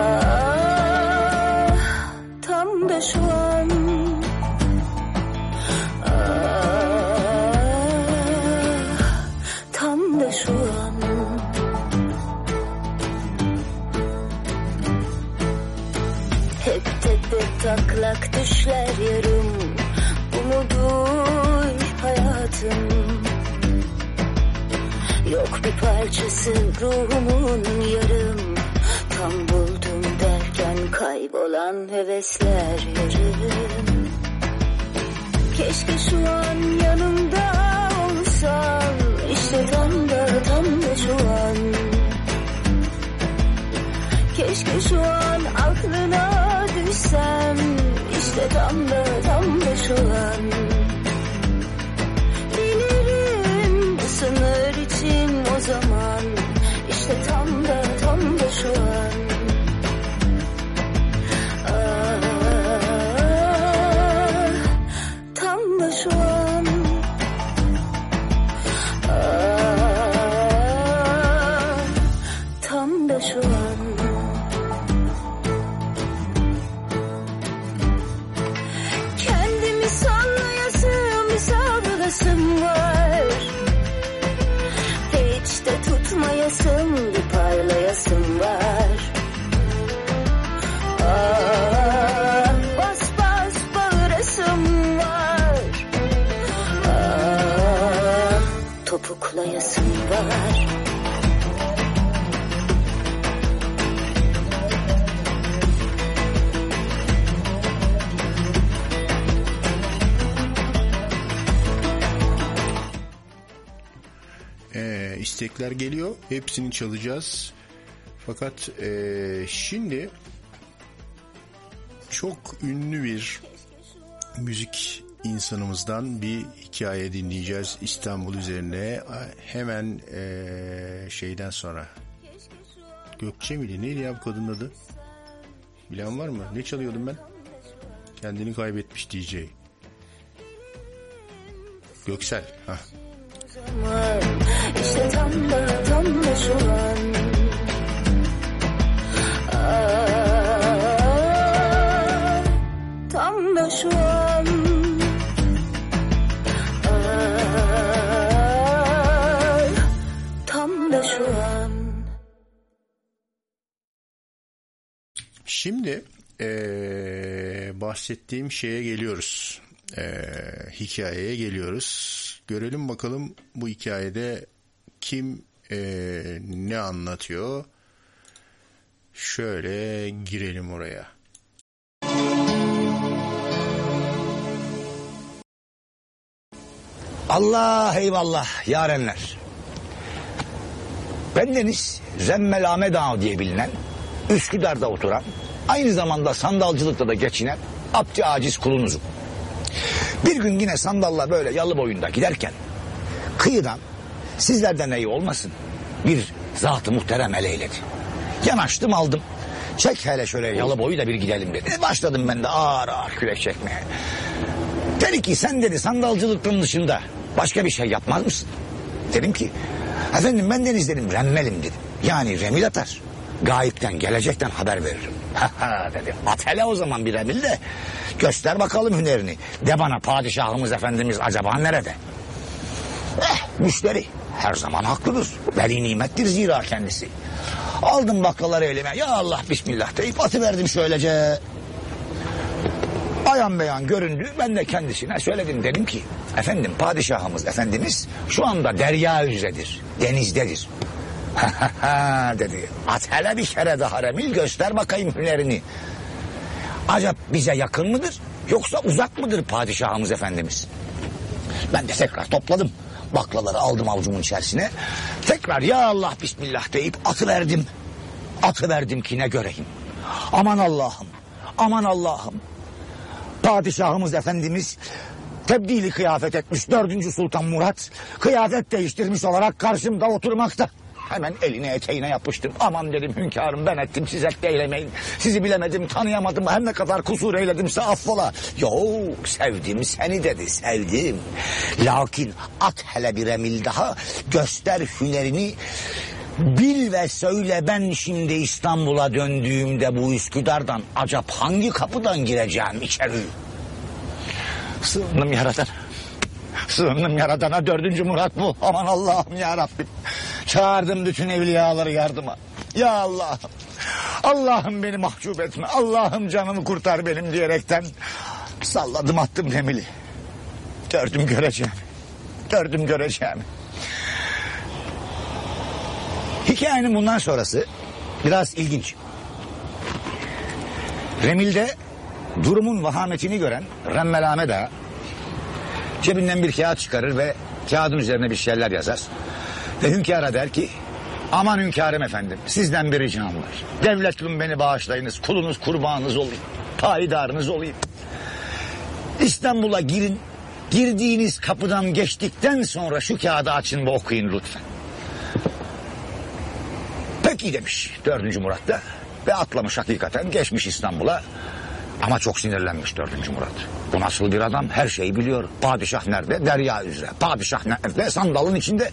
parçası ruhumun yarım. Tam buldum derken kaybolan hevesler yarım. Keşke şu an yanımda olsan, işte tam da tam da şu an. Keşke şu an aklına düşsem, işte tam da tam da şu an. Bilirim bu sınır için o zaman, işte tam da tam da şu an. Ah, tam da şu an. Ah, tam da şu an. Kendimi sallayasım, sallayasım var. Hiç de tutmayasım, bir parlayasım var. Ah, bas bas bağırasım var. Ah, topuklayasım var. Ee, istekler geliyor. Hepsini çalacağız. Fakat ee, şimdi çok ünlü bir müzik insanımızdan bir hikaye dinleyeceğiz İstanbul üzerine. Hemen ee, şeyden sonra. Gökçe miydi? Neydi ya bu kadının adı? Bilen var mı? Ne çalıyordum ben? Kendini kaybetmiş D J. Göksel. Hah. İşte tam da tam da şu an. Ah, tam da şu an. Ah, tam da şu an. Şimdi ee, bahsettiğim şeye geliyoruz. Ee, hikayeye geliyoruz. Görelim bakalım bu hikayede kim e, ne anlatıyor. Şöyle girelim oraya. Allah eyvallah yarenler. Bendeniz Zemmel Ahmet Ağa diye bilinen, Üsküdar'da oturan, aynı zamanda sandalcılıkla da geçinen abdi aciz kulunuzum. Bir gün yine sandalla böyle yalı boyunda giderken kıyıdan sizlerden iyi olmasın bir zat-ı muhterem el eyledi. Yanaştım aldım. Çek hele şöyle yalı boyu da bir gidelim dedi. Başladım ben de ağır ağır kürek çekmeye. Dedi ki sen dedi sandalcılıktan dışında başka bir şey yapmaz mısın? Dedim ki efendim ben deniz dedim remmelim dedim. Yani remil atar. Gayipten gelecekten haber veririm. Ha dedi. At hele o zaman bir remil de göster bakalım hünerini. De bana padişahımız efendimiz acaba nerede? Eh müşteri her zaman haklıdır. Veli nimettir zira kendisi. Aldım baklaları elime. Ya Allah bismillah deyip atıverdim şöylece. Ayan beyan göründü. Ben de kendisine söyledim dedim ki efendim padişahımız efendimiz şu anda derya üzeredir. Denizdedir. dedi. At hele bir kere daha remil göster bakayım hünerini. Acaba bize yakın mıdır yoksa uzak mıdır padişahımız efendimiz? Ben de tekrar topladım. Baklaları aldım avucumun içerisine. Tekrar ya Allah bismillah deyip atıverdim. Atıverdim ki ne göreyim. Aman Allah'ım. Aman Allah'ım. Padişahımız efendimiz tebdili kıyafet etmiş dördüncü Sultan Murat. Kıyafet değiştirmiş olarak karşımda oturmakta. Hemen eline eteğine yapıştım. Aman dedim hünkârım ben ettim siz et eylemeyin. Sizi bilemedim tanıyamadım her ne kadar kusur eyledimse affola. Yok sevdim seni dedi sevdim. Lakin at hele bir emil daha göster hünerini. Bil ve söyle ben şimdi İstanbul'a döndüğümde bu Üsküdar'dan acaba hangi kapıdan gireceğim içeri? Sığındım yaradan. Sığındım yaradana dördüncü Murat bu. Aman Allah'ım ya Rabbim. Çağırdım bütün evliyaları yardıma. Ya Allah'ım. Allah'ım beni mahcup etme. Allah'ım canımı kurtar benim diyerekten salladım attım demili. Gördüm göreceğim. Gördüm göreceğim. Hikayenin bundan sonrası biraz ilginç. Remil'de durumun vahametini gören Remmelame Ağa cebinden bir kağıt çıkarır ve kağıdın üzerine bir şeyler yazar. Ve hünkâra der ki, aman hünkârım efendim, sizden bir ricam var. Devletlüm beni bağışlayınız, kulunuz kurbanınız olayım, payidarınız olayım. İstanbul'a girin, girdiğiniz kapıdan geçtikten sonra şu kağıdı açın ve okuyun lütfen. Peki demiş dördüncü Murat da ve atlamış hakikaten, geçmiş İstanbul'a. Ama çok sinirlenmiş dördüncü Murat. Bu nasıl bir adam, her şeyi biliyor. Padişah nerede? Derya üzere. Padişah nerede? Sandalın içinde.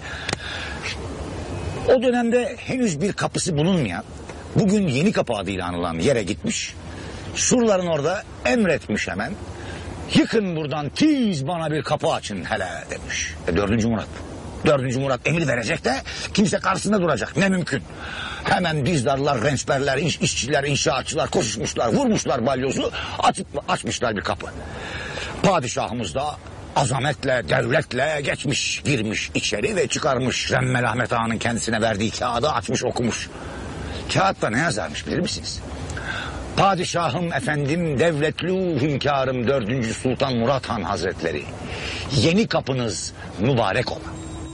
O dönemde henüz bir kapısı bulunmayan, bugün Yenikapı adıyla anılan yere gitmiş. Surların orada emretmiş hemen. Yıkın buradan, tiz bana bir kapı açın hele demiş. E, dördüncü Murat. Dördüncü Murat emir verecek de kimse karşısında duracak. Ne mümkün. Hemen dizdarlar, rençberler, iş, işçiler, inşaatçılar koşuşmuşlar, vurmuşlar balyozu, açıp, açmışlar bir kapı. Padişahımız da azametle, devletle geçmiş, girmiş içeri ve çıkarmış Remmelame Ağa'nın kendisine verdiği kağıdı açmış, okumuş. Kağıtta ne yazarmış bilir misiniz? Padişahım efendim, devletli hünkârım dördüncü Sultan Murat Han Hazretleri, yeni kapınız mübarek ola.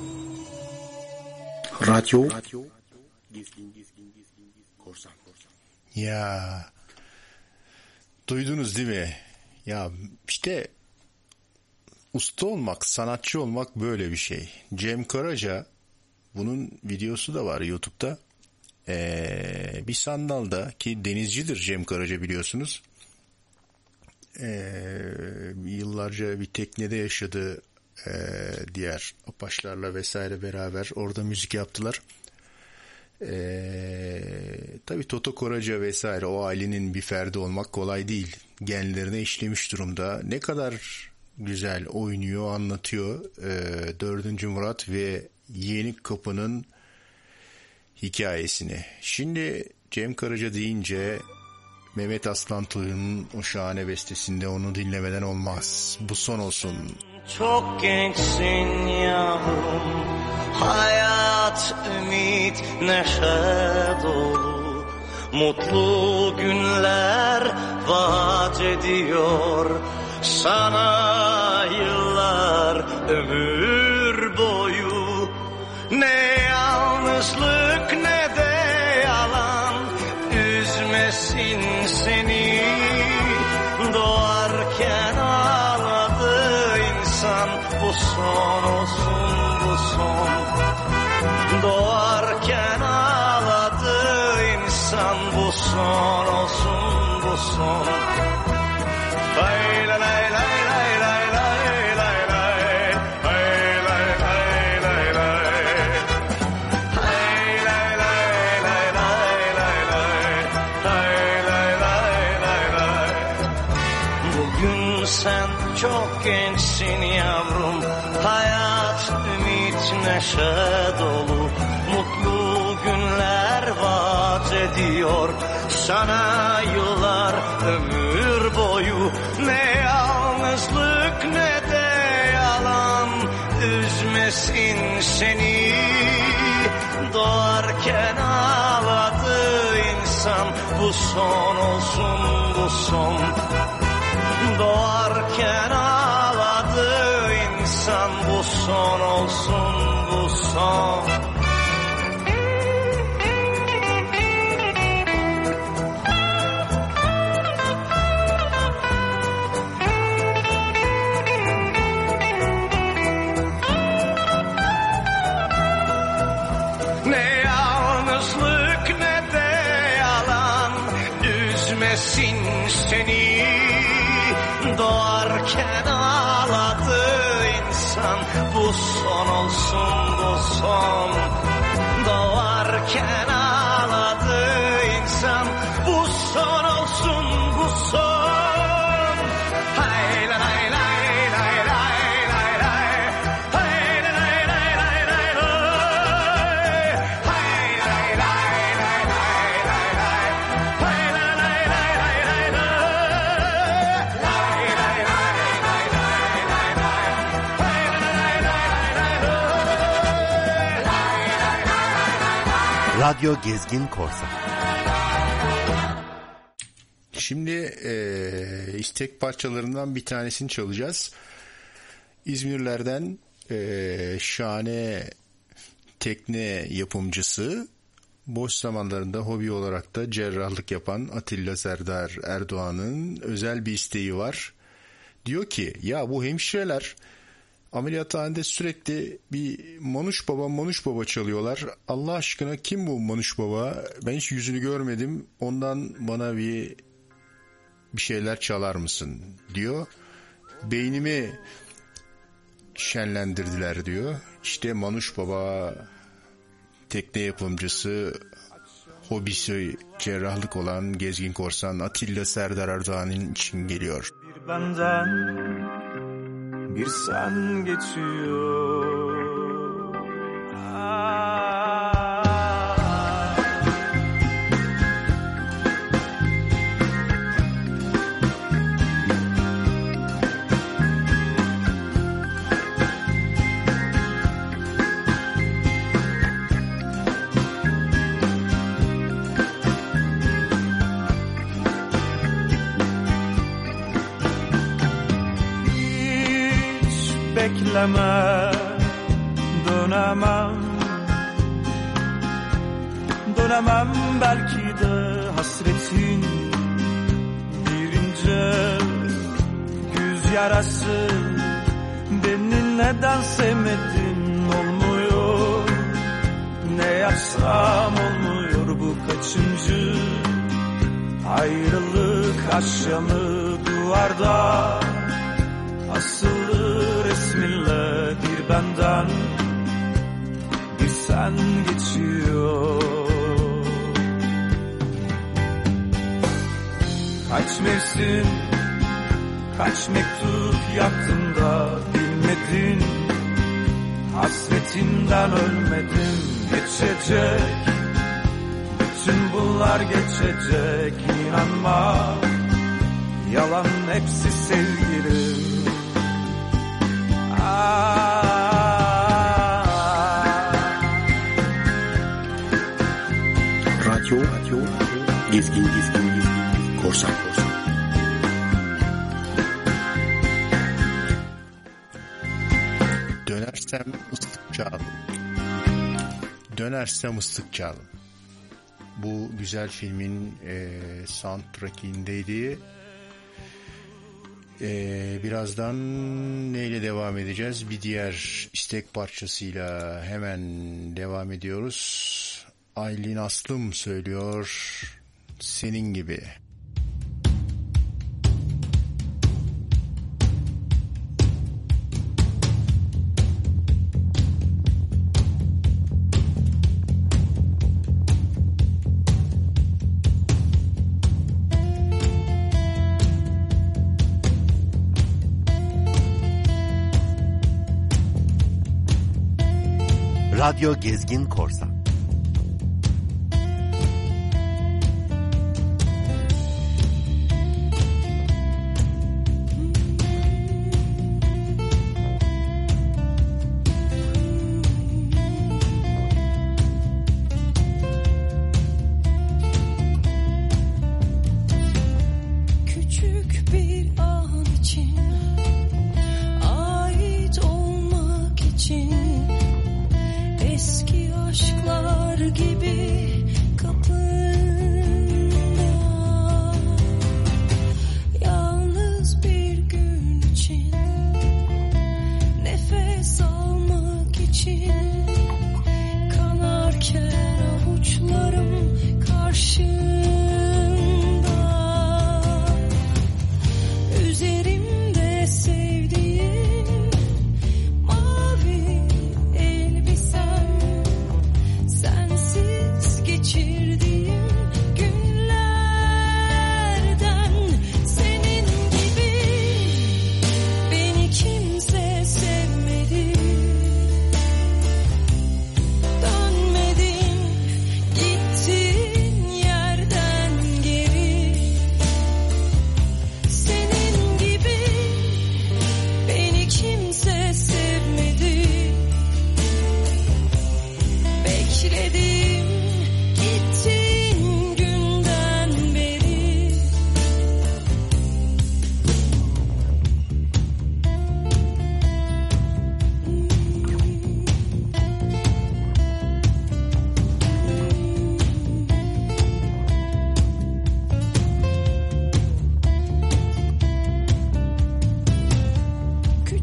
Radyo Gezgin Korsan. Ya duydunuz değil mi? Ya işte usta olmak, sanatçı olmak böyle bir şey. Cem Karaca, bunun videosu da var YouTube'da. Ee, bir sandalda, ki denizcidir Cem Karaca biliyorsunuz. Ee, yıllarca bir teknede yaşadı, ee, diğer apaçlarla vesaire beraber orada müzik yaptılar. Ee, tabii Toto Koraca vesaire, o ailenin bir ferdi olmak kolay değil. Genlerine işlemiş durumda. Ne kadar güzel oynuyor, anlatıyor ee, dördüncü Murat ve Yenikapı'nın hikayesini. Şimdi Cem Karaca deyince Mehmet Aslantı'nın o şahane bestesinde onu dinlemeden olmaz. Bu son olsun. Çok gençsin yavrum, hayat, ümit, neşe dolu, mutlu günler vaat ediyor sana yıllar, ömür boyu. Ne yalnızlık ne de yalan üzmesin seni, doğarken ağladı insan, bu son olsun bu son. Doğarken ağladı insan, bu son olsun bu son. Lay lay lay lay lay lay lay lay. Sen çok gençsin yavrum, hayat, ümit, neşe dolu, mutlu günler vaat ediyor sana yıllar, ömür boyu. Ne yalnızlık ne de yalan üzmesin seni, doğarken ağladı insan, bu son olsun bu son. Doğarken ağladı insan, bu son olsun bu son. Ne yalnızlık ne de yalan üzmesin seni, doğarken ağladı insan, bu son olsun bu son. Doğarken ağladı insan, bu son olsun bu son. Hay la lay lay lay lay lay lay. Hay la lay lay lay lay lay. Hay lay lay lay lay lay lay. Hay la lay lay lay lay lay. Radyo Gezgin Korsan. Şimdi e, istek parçalarından bir tanesini çalacağız. İzmirlerden e, şahane tekne yapımcısı, boş zamanlarında hobi olarak da cerrahlık yapan Atilla Serdar Erdoğan'ın özel bir isteği var. Diyor ki ya bu hemşireler ameliyathanede sürekli bir Manuş Baba Manuş Baba çalıyorlar. Allah aşkına kim bu Manuş Baba? Ben hiç yüzünü görmedim. Ondan bana bir bir şeyler çalar mısın diyor. Beynimi şenlendirdiler diyor. İşte Manuş Baba tekne yapımcısı, hobisi cerrahlık olan Gezgin Korsan Atilla Serdar Erdoğan'ın için geliyor. Bir benden bir sen geçiyor. Bekleme, dönemem, dönemem belki de hasretin bir ince güz yarası. Beni neden sevmedin olmuyor, ne yapsam olmuyor, bu kaçıncı ayrılık akşamı duvarda asılı resminle bir benden bir sen geçiyor. Kaç mevsim, kaç mektup yaktım da bilmedin, hasretinden ölmedim. Geçecek, bütün bunlar geçecek, inanma, yalan hepsi sevgilim. Radyo, radyo, gezgin, gezgin, gezgin, korsan, korsan. Dönersem ıslık çal. Dönersem ıslık çal. Bu güzel filmin e, soundtrack'indeydi. Ee, birazdan neyle devam edeceğiz? Bir diğer istek parçasıyla hemen devam ediyoruz. Aylin Aslım söylüyor, senin gibi. Radyo Gezgin Korsan. Küçük bir an için, ait olmak için, eski aşklar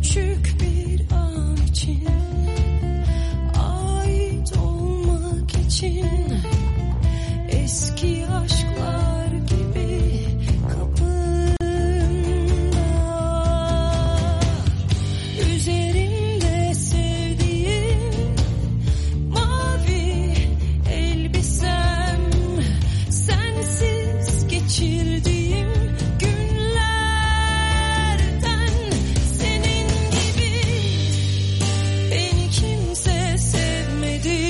küçük bir an için, ait olmak için, eski aşklar gibi kapında, üzerinde sevdiğim mavi elbisem, sensiz geçirdiğim günlerden, senin gibi beni kimse sevmedi.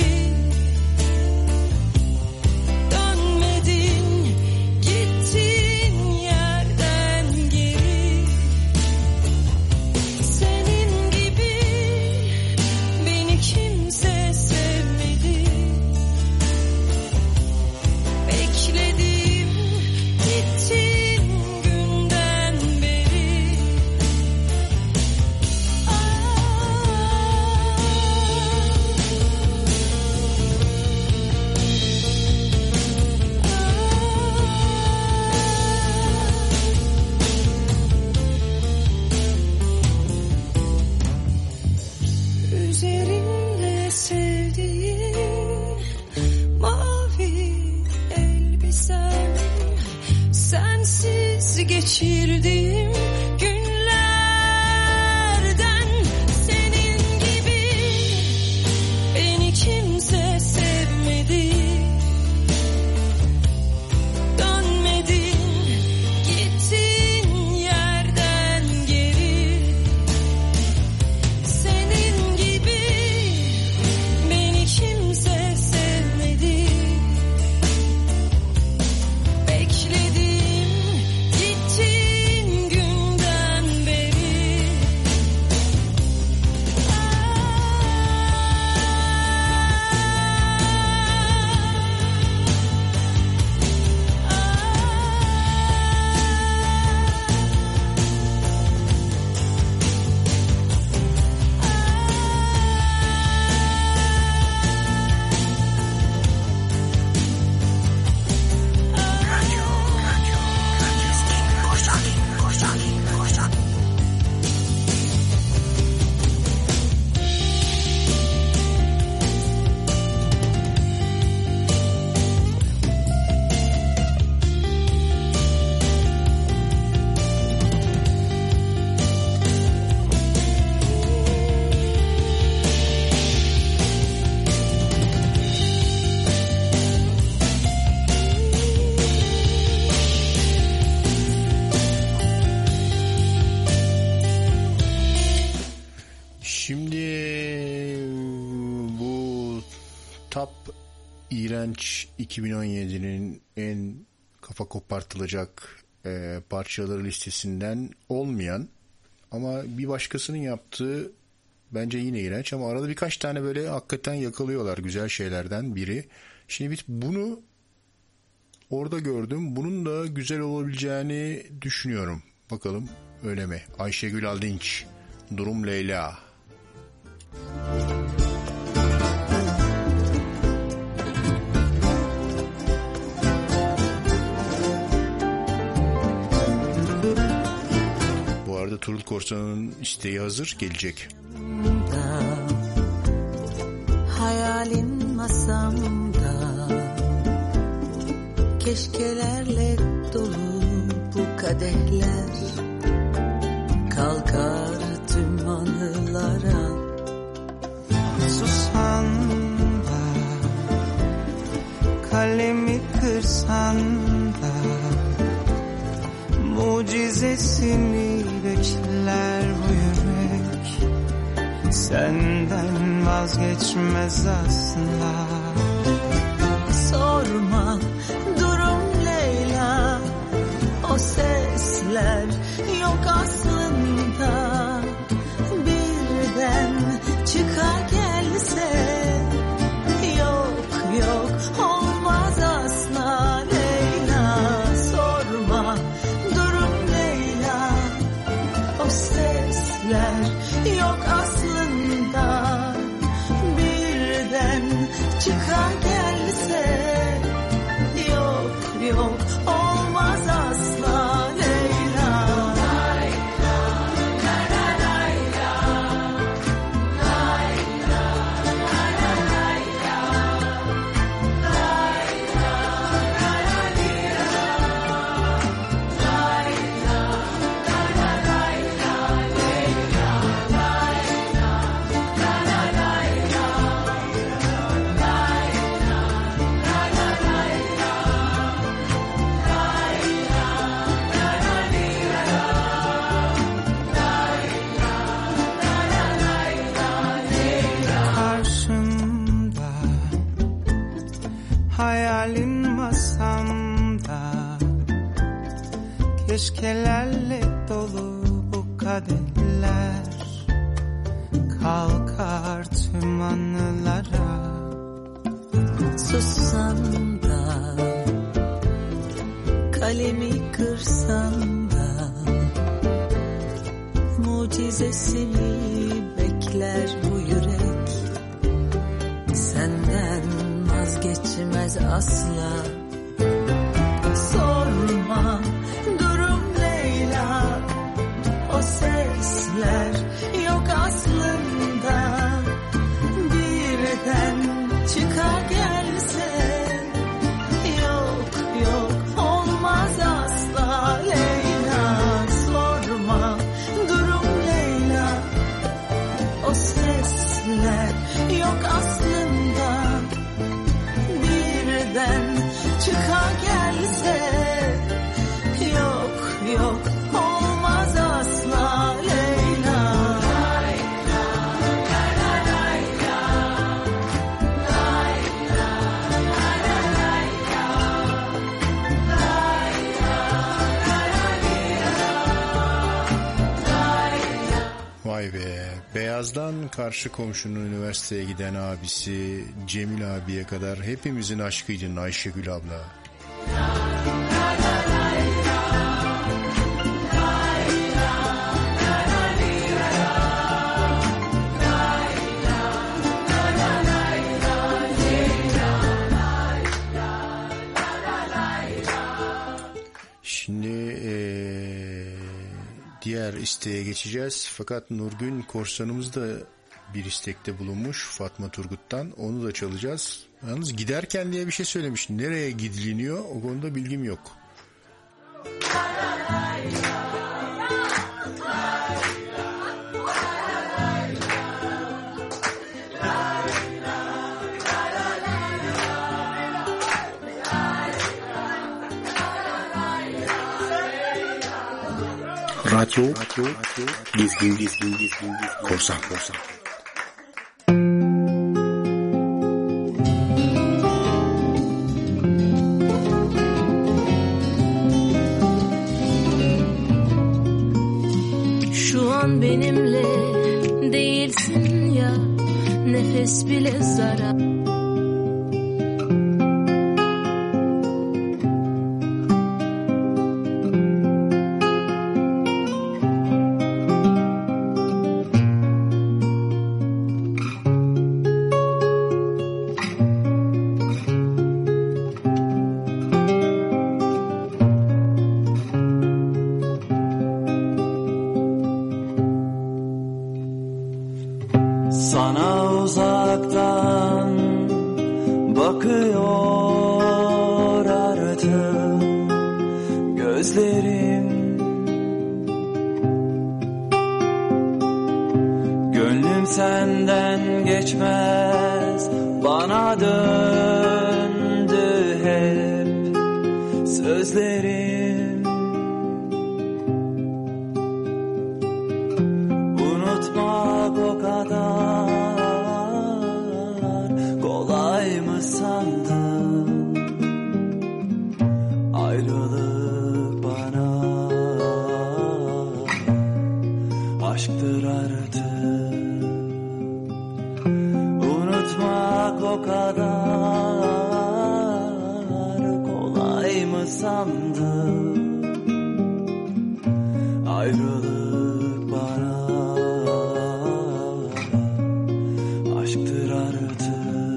Dönmedin, gittin yerden geri. Senin gibi beni kimse sevmedi. Bekledim, gittin günden beri. Üzerinde sevdiğim mavi elbisem, sensiz geçirdiğim günlerden, senin gibi beni kimse sevmedi. Dönmedin, gittin yerden geri. Senin gibi beni kimse sevmedi. Bekledim, gittin günden beri. Şimdi bu Top İğrenç iki bin on yedi'nin en kafa kopartılacak e, parçaları listesinden olmayan ama bir başkasının yaptığı bence yine iğrenç ama arada birkaç tane böyle hakikaten yakalıyorlar güzel şeylerden biri. Şimdi biz bunu orada gördüm. Bunun da güzel olabileceğini düşünüyorum. Bakalım öyle mi? Ayşegül Aldinç, Durum Leyla. Bu arada Turul Korsan'ın isteği hazır, gelecek. Hayalin masamda, keşkelerle dolu bu kadehler, kalkar tüm anılara. Susan da, kalemi kırsan da, mucizesini bekler bu yürek. Senden vazgeçmez asla. Sorma durum Leyla, o sesler yok aslında. Birden çıkar gelse, yok yok olmaz asla Leyla. Sorma durum Leyla, o sesler yok aslında. Birden çıkar gelse, yok yok olmaz asla Leyla. Layla, la la layla, Hayalin masamda, keşkelerle dolu bu kadehler, kalkar tüm anılara. Sussam da, kalemi kırsam da, mucizesini bekler bu yürek. Senden vazgeçmez asla. Sorma durum Leyla, o sesler yok aslında. Birden çıkar gelse, yok yok olmaz asla Leyla. Sorma durum Leyla, o sesler yok aslında. Birden çıkar gelse, yok yok olmaz asla Leyla. Vay be, Beyaz'dan karşı komşunun üniversiteye giden abisi Cemil abiye kadar hepimizin aşkıydın Ayşegül abla. Şimdi ee, diğer isteğe geçeceğiz. Fakat Nurgün Korsanımız da bir istekte bulunmuş Fatma Turgut'tan. Onu da çalacağız. Yalnız giderken diye bir şey söylemiş. Nereye gidiliniyor? O konuda bilgim yok. Radyo, radyo, dizgin, dizgin, dizgin, korsan, korsan. Şu an benimle değilsin ya, nefes bile zarar. Sana uzaktan bakıyor artık gözlerim. Gönlüm senden geçmez, bana döndü hep sözlerim. Unutmak o kadar kolay mı sandın? Ayrılık bana aşktır artık. Unutmak o kadar kolay mı sandın? Ayrılık bana aşktır artık.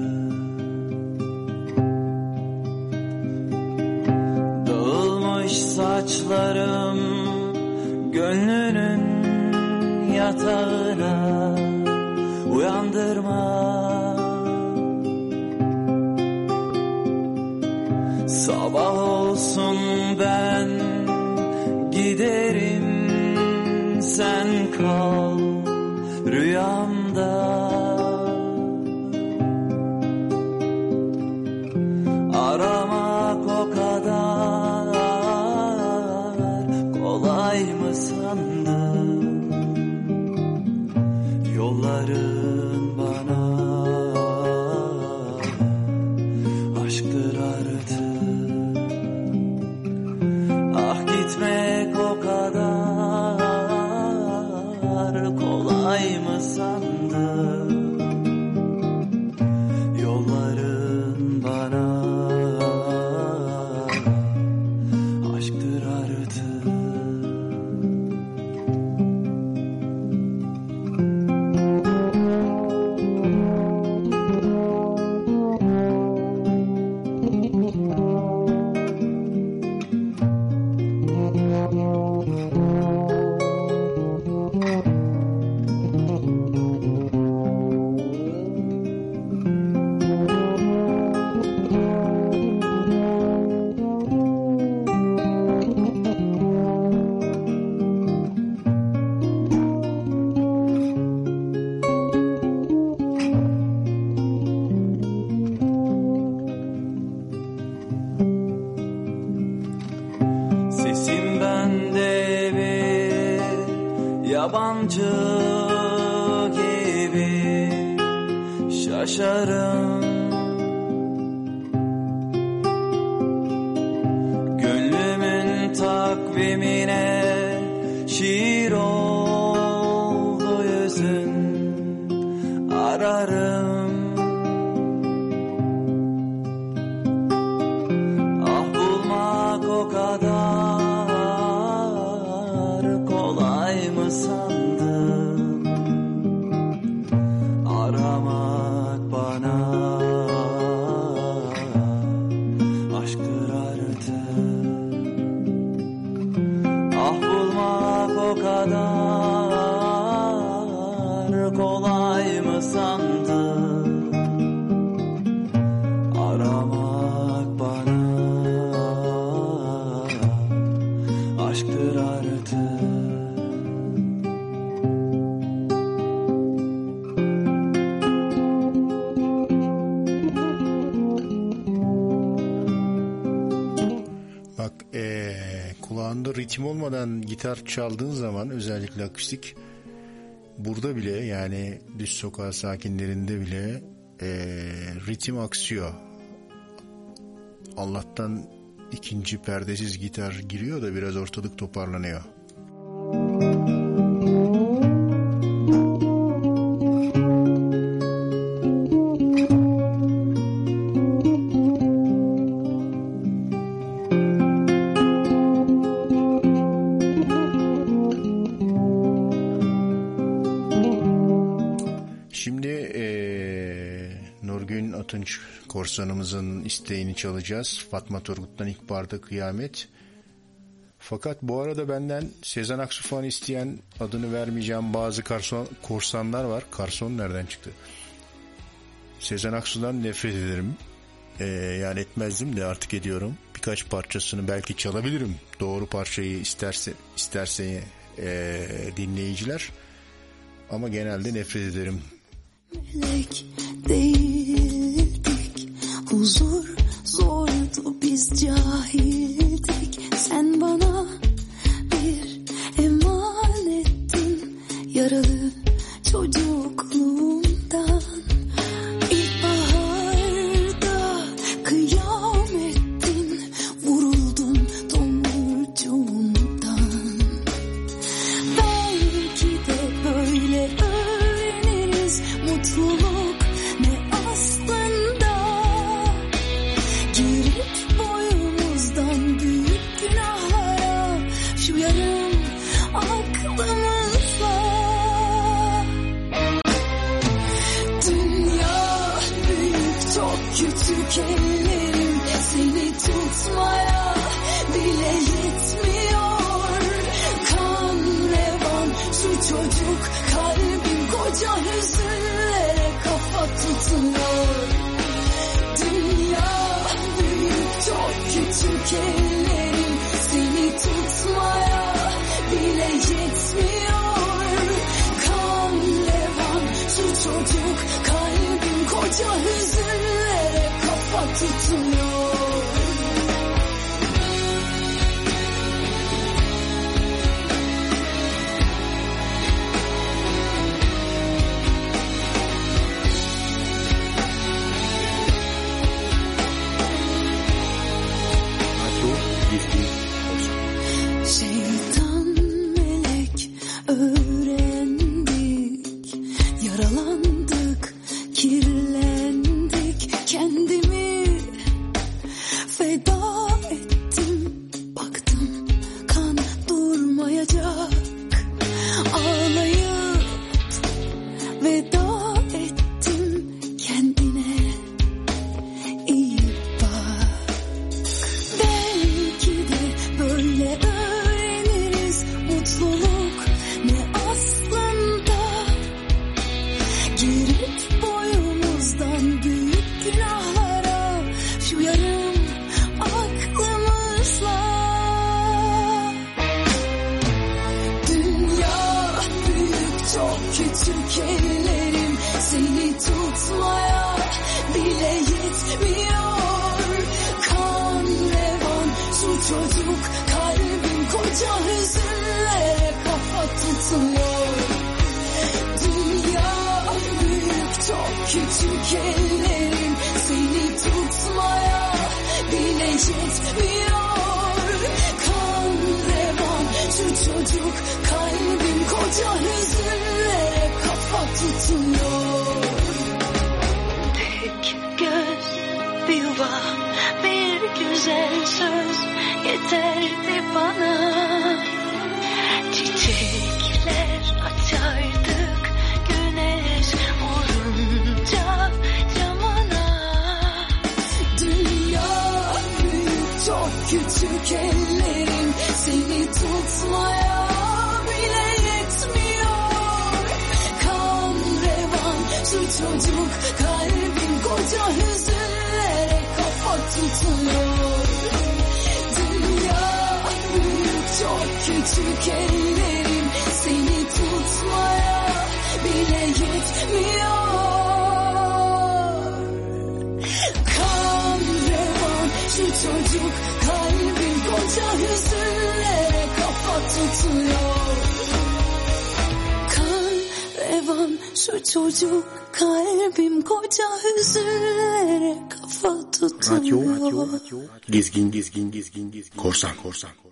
Dağılmış saçlarım gönlünün yatağına, uyandırma. Sabah olsun ben giderim, sen kal rüyamda. Aramak o kadar kolay mı sandın? Yolların bana aşktır artık. Sesim bende bir yabancı gibi şaşarım. Gönlümün takvimine şiir oldu yüzün, ararım. Ah bulmak o kadar kolay mı sandın? Aramak bana aşktır artık. Ah bulmak o kadar kolay mı sandın? Aramak bana aşktır artık. Bak ee, kulağında ritim olmadan gitar çaldığın zaman, özellikle akustik, burada bile, yani düz sokak sakinlerinde bile ee, ritim aksıyor. Allah'tan ikinci perdesiz gitar giriyor da biraz ortalık toparlanıyor. Şimdi ee, Nurgün Atınç korsanımızın isteğini çalacağız. Fatma Turgut'tan İlk Barda Kıyamet. Fakat bu arada benden Sezen Aksu falan isteyen, adını vermeyeceğim bazı karson, korsanlar var. Karson nereden çıktı? Sezen Aksu'dan nefret ederim. Ee, yani etmezdim de artık ediyorum. Birkaç parçasını belki çalabilirim. Doğru parçayı isterse isterse ee, dinleyiciler. Ama genelde nefret ederim. Melek değildik, huzur zordu, biz cahildik. Sen bana bir emanettin, yaralı çocukluğumdan. İlkbaharda kıyamettin, vuruldum tomurcuğumdan. Belki de böyle öğreniriz mutluluk ne aslında. Girip boyumuzdan büyük günahlara, şu yarım aklımızla. Dünya büyük, çok küçük ellerim seni tutmaya bile yetmiyor. Kan revan şu çocuk, kalbim koca hüzünlere kafa tutuyor. Dünya büyük, çok küçük ellerim seni tutmaya bile yetmiyor. Kan revan şu çocuk, kalbim koca hüzünlere kafa tutuyor. Şeytan melek öğrendik, yaralandık, kirlendik, kendimi feda ettim, baktım kan durmayacak, ağlayıp veda ettim kendine, iyi bak. Belki de böyle öğreniriz mutluluk ne aslında. Girip boyumuzdan büyük günahlara şu yarım aklımızla. Dünya büyük çok küçük ellerim seni tutmaya bile yetmiyor. Kan revan şu çocuk kalbim koca hüzünlere kafa tutuyor. Dünya büyük çok küçük ellerim seni tutmaya bile yetmiyor. Kan revan şu çocuk kalbim koca hüzünlere kafa tutuyor. Tek göz, bir yuva, bir güzel söz yeterdi bana. Çiçekler açardık güneş vurunca camana. Dünya büyük çok küçük ellerim seni tutmaya bile yetmiyor. Kan revan şu çocuk kalbim koca hüzünlere kafa tutuyor. Dünya büyük çok küçük ellerim seni tutmaya bile yetmiyor. Kan revan şu çocuk kalbim koca hüzünlere kafa tutuyor. Kan revan şu çocuk kalbim koca hüzünlere kafa tutuyor. Radyo, radyo, radyo. Gezgin, gezgin, gezgin, gezgin. Korsan, korsan, korsan.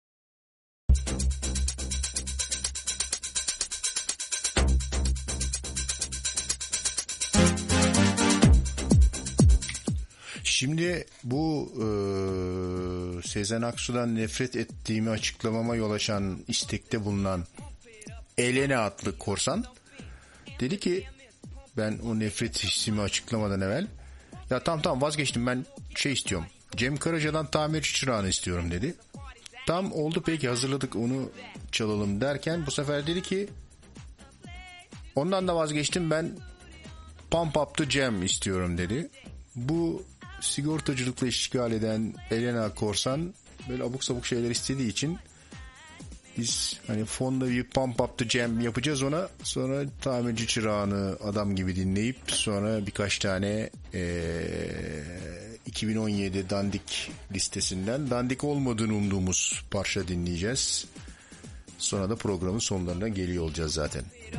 Şimdi bu e, Sezen Aksu'dan nefret ettiğimi açıklamama yol açan istekte bulunan Elena adlı korsan dedi ki ben o nefret hissimi açıklamadan evvel ya tamam tamam vazgeçtim ben şey istiyorum Cem Karaca'dan Tamirci Çırağı'nı istiyorum dedi. Tam oldu peki hazırladık onu çalalım derken bu sefer dedi ki ondan da vazgeçtim ben Pump Up the Jam istiyorum dedi. Bu sigortacılıkla işgal eden Elena korsan böyle abuk sabuk şeyler istediği için biz hani fonda bir Pump Up the Jam yapacağız ona, sonra Tamirci Çırağı'nı adam gibi dinleyip sonra birkaç tane ee, iki bin on yedi dandik listesinden dandik olmadığını umduğumuz parça dinleyeceğiz. Sonra da programın sonlarına geliyor olacağız zaten.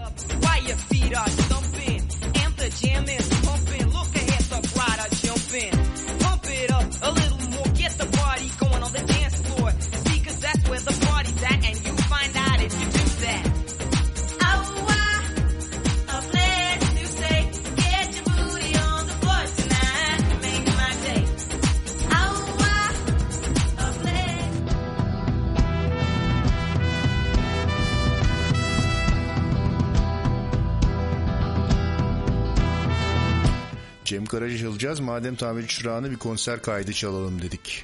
Cem Karaca çalacağız. Madem Tamirci Çırağı'nı bir konser kaydı çalalım dedik.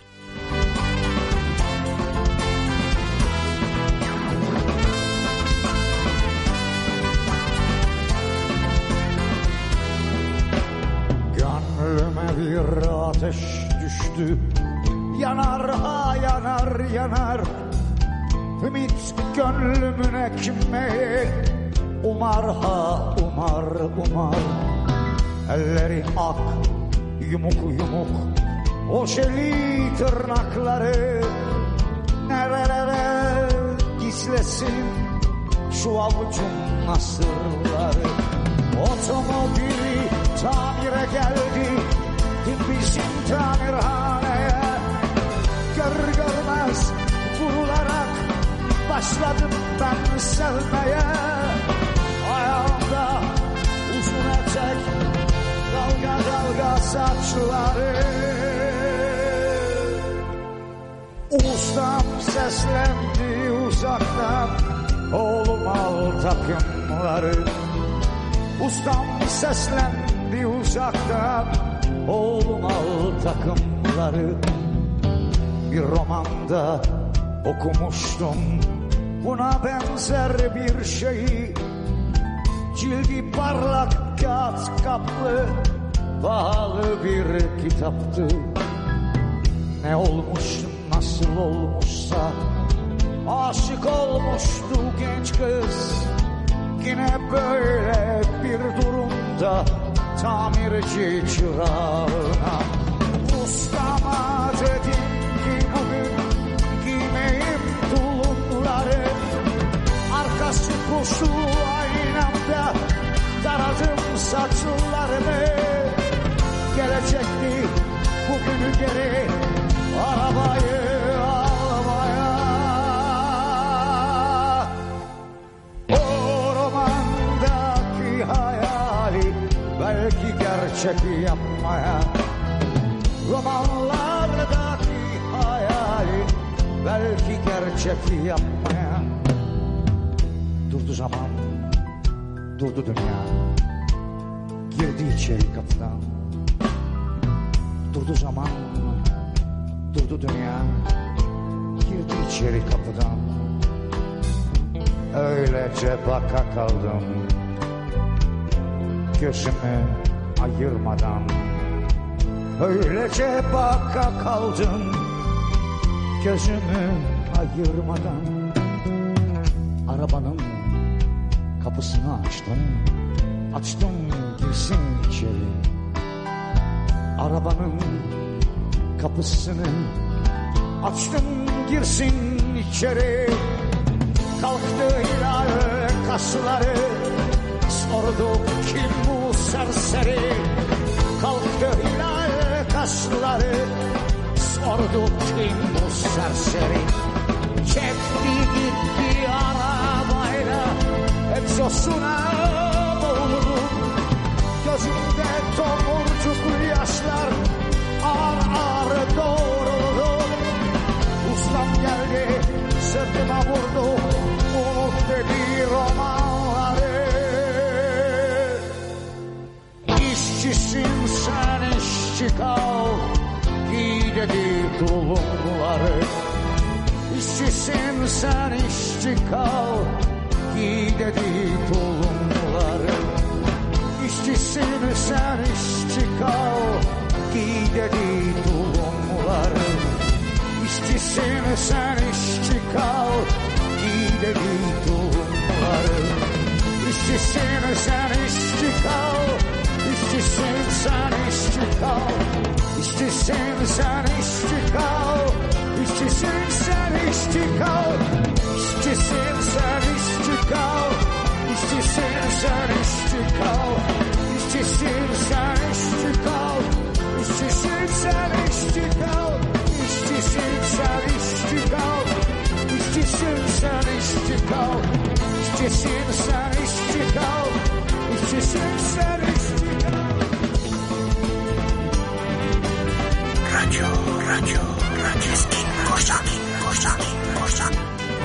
Gönlüme bir ateş düştü. Yanar ha yanar yanar. Ümit gönlümün ekmeği. Umar ha umar umar. Elleri ak, yumuk yumuk, o şeli tırnakları nerelere gizlesin şu avucun nasırları. Otomobili tamire geldi bizim tamirhaneye. Gör görmez vurularak başladım ben sevmeye. Ayağımda uzun etek, dalga dalga saçları. Ustam seslendi uzaktan, oğlum al takımları. Ustam seslendi uzaktan, oğlum al takımları. Bir romanda okumuştum buna benzer bir şeyi. Cildi parlak kağıt kaplı pahalı bir kitaptı. Ne olmuş nasıl olmuşsa aşık olmuştu genç kız. Yine böyle bir durumda tamirci çırağına. Ustama dedim ki bugün giymeyim tulumları. Arkası koşu aynamda taradım saçlarını. Gelecekti bugünü geri arabayı almaya. O romandaki hayali belki gerçek yapmaya. Romanlardaki hayali belki gerçek yapmaya. Durdu zaman, durdu dünya, girdi içeri kapıdan. Durdu zaman, durdu dünya, girdi içeri kapıdan. Öylece baka kaldım, gözümü ayırmadan. Öylece baka kaldım, gözümü ayırmadan. Arabanın kapısını açtım, açtım girsin içeri. Arabanın kapısını açtım girsin içeri. Kalktı hilal kasları, sordu kim bu serseri. Kalktı hilal kasları, sordu kim bu serseri. Çekti gitti arabayla, egzosuna boğuldu. Gözümde tomurcuklu yaşlar ağır ağır doğruldu. Ustam geldi sırtıma vurdu, unut dedi romanları. İşçisin sen işçi kal, giy dedi tulumları. İşçisin sen işçi kal, giy dedi tulumları. İşçisin sen işçi kal, giy dedi tulumları. İşçisin sen işçi kal, giy dedi tulumları. İşçisin sen işçi kal, işçisin sen işçi kal. İşçisin sen işçi kal, işçisin sen işçi kal. İşçisin sen işçi kal, işçisin sen işçi kal. İşçisin sen işçi kal, işçisin sen işçi kal. İşçisin sen işçi kal, işçisin sen işçi kal. İşçisin sen işçi kal, işçisin sen işçi kal. Radyo, radyo, radyo, korsan, korsan, korsan.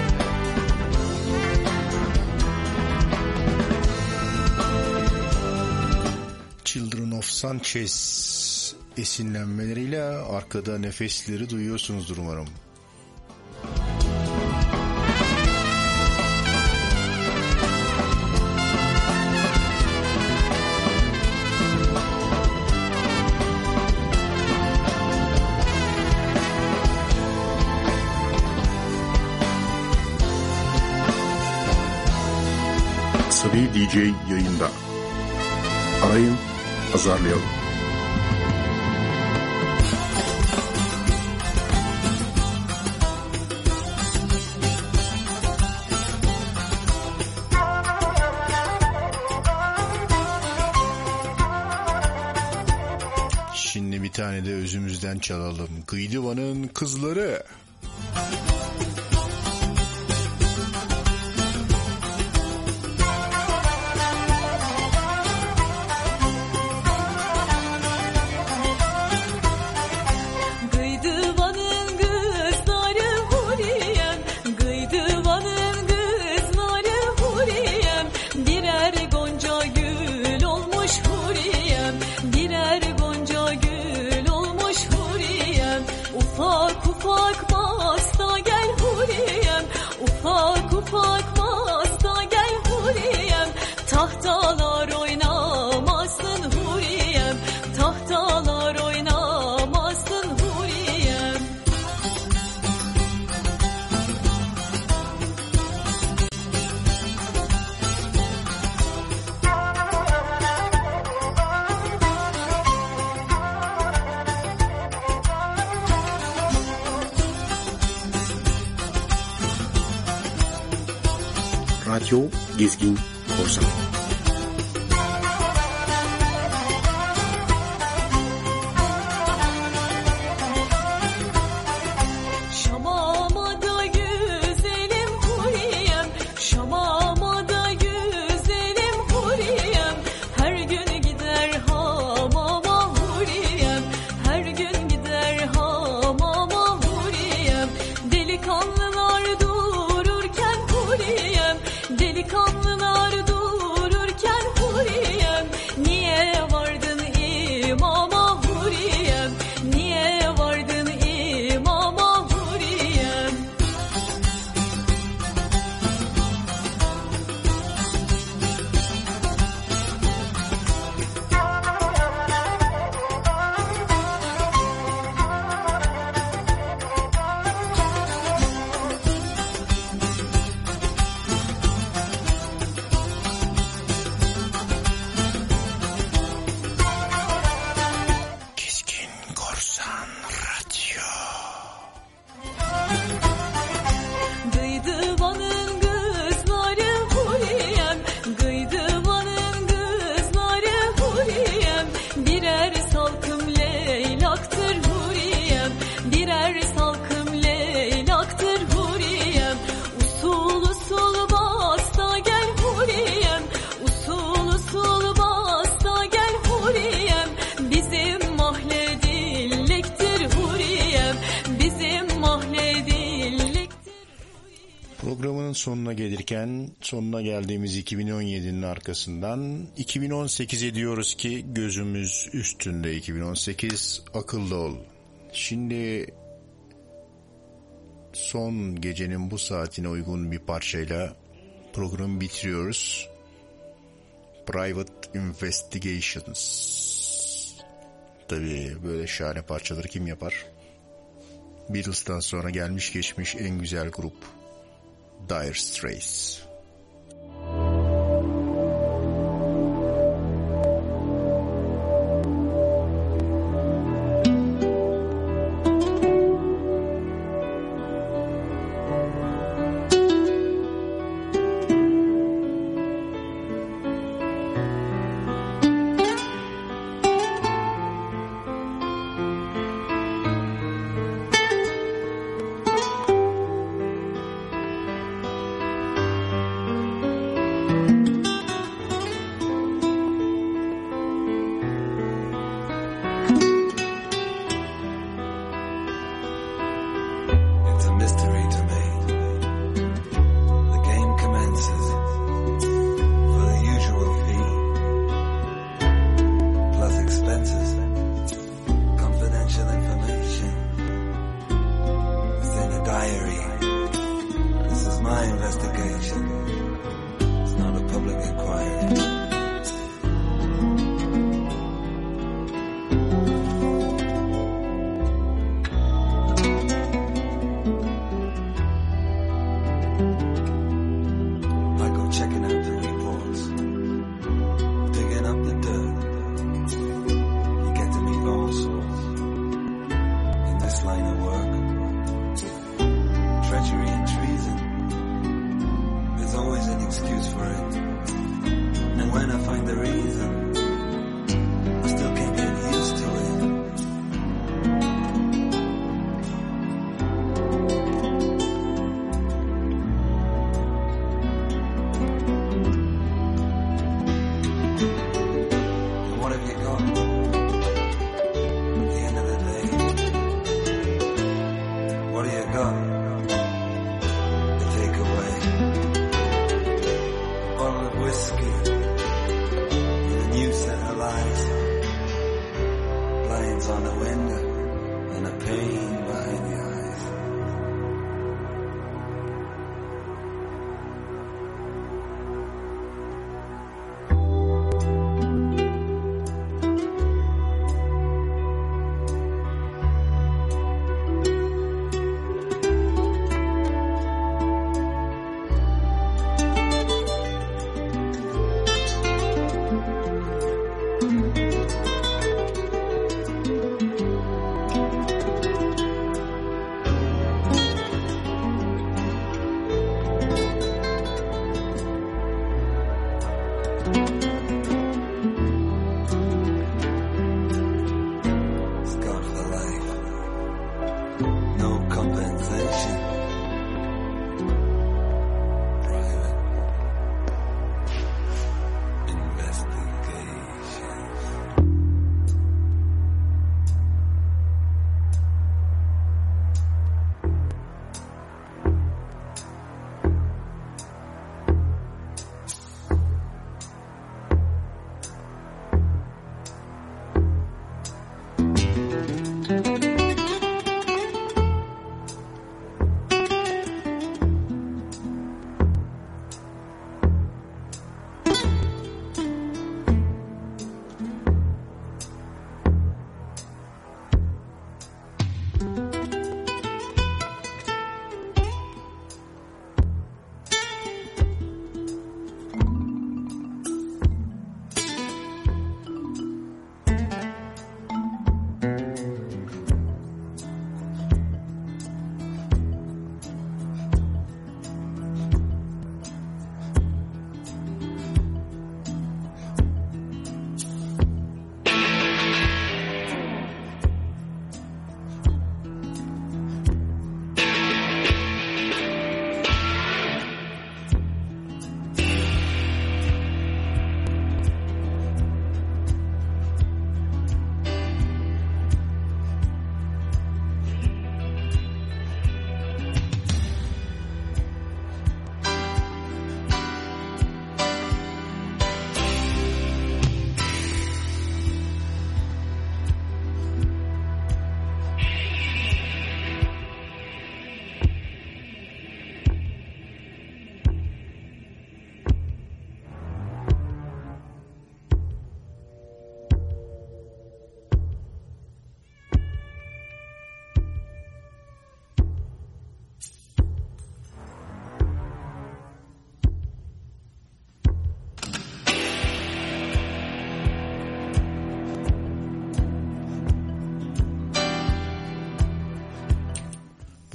Children of Sanchez esinlenmeleriyle arkada nefesleri duyuyorsunuzdur umarım. Asabi D J yayında. Arayın, azarlayalım. Şimdi bir tane de özümüzden çalalım. Gıydıvan'ın kızları. Ufak basta gel Huriyem, tahtalar oynama Radyo Gezgin Korsan. Sonuna gelirken sonuna geldiğimiz iki bin on yedinin arkasından iki bin on sekize diyoruz ki gözümüz üstünde. iki bin on sekiz akıllı ol. Şimdi son gecenin bu saatine uygun bir parçayla programı bitiriyoruz. Private Investigations. Tabii böyle şahane parçaları kim yapar? Beatles'tan sonra gelmiş geçmiş en güzel grup Dire Straits.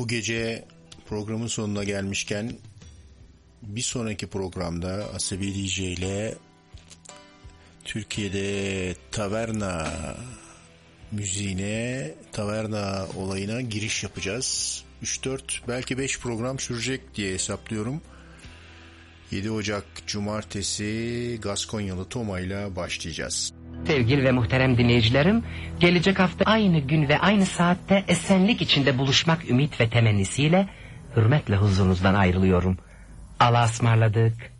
bu gece programın sonuna gelmişken bir sonraki programda Asabi D J ile Türkiye'de taverna müziğine, taverna olayına giriş yapacağız. üç dört belki beş program sürecek diye hesaplıyorum. yedi Ocak Cumartesi Gaskonyalı Toma ile başlayacağız. Sevgili ve muhterem dinleyicilerim, gelecek hafta aynı gün ve aynı saatte esenlik içinde buluşmak ümit ve temennisiyle hürmetle huzurunuzdan ayrılıyorum. Allah'a ısmarladık.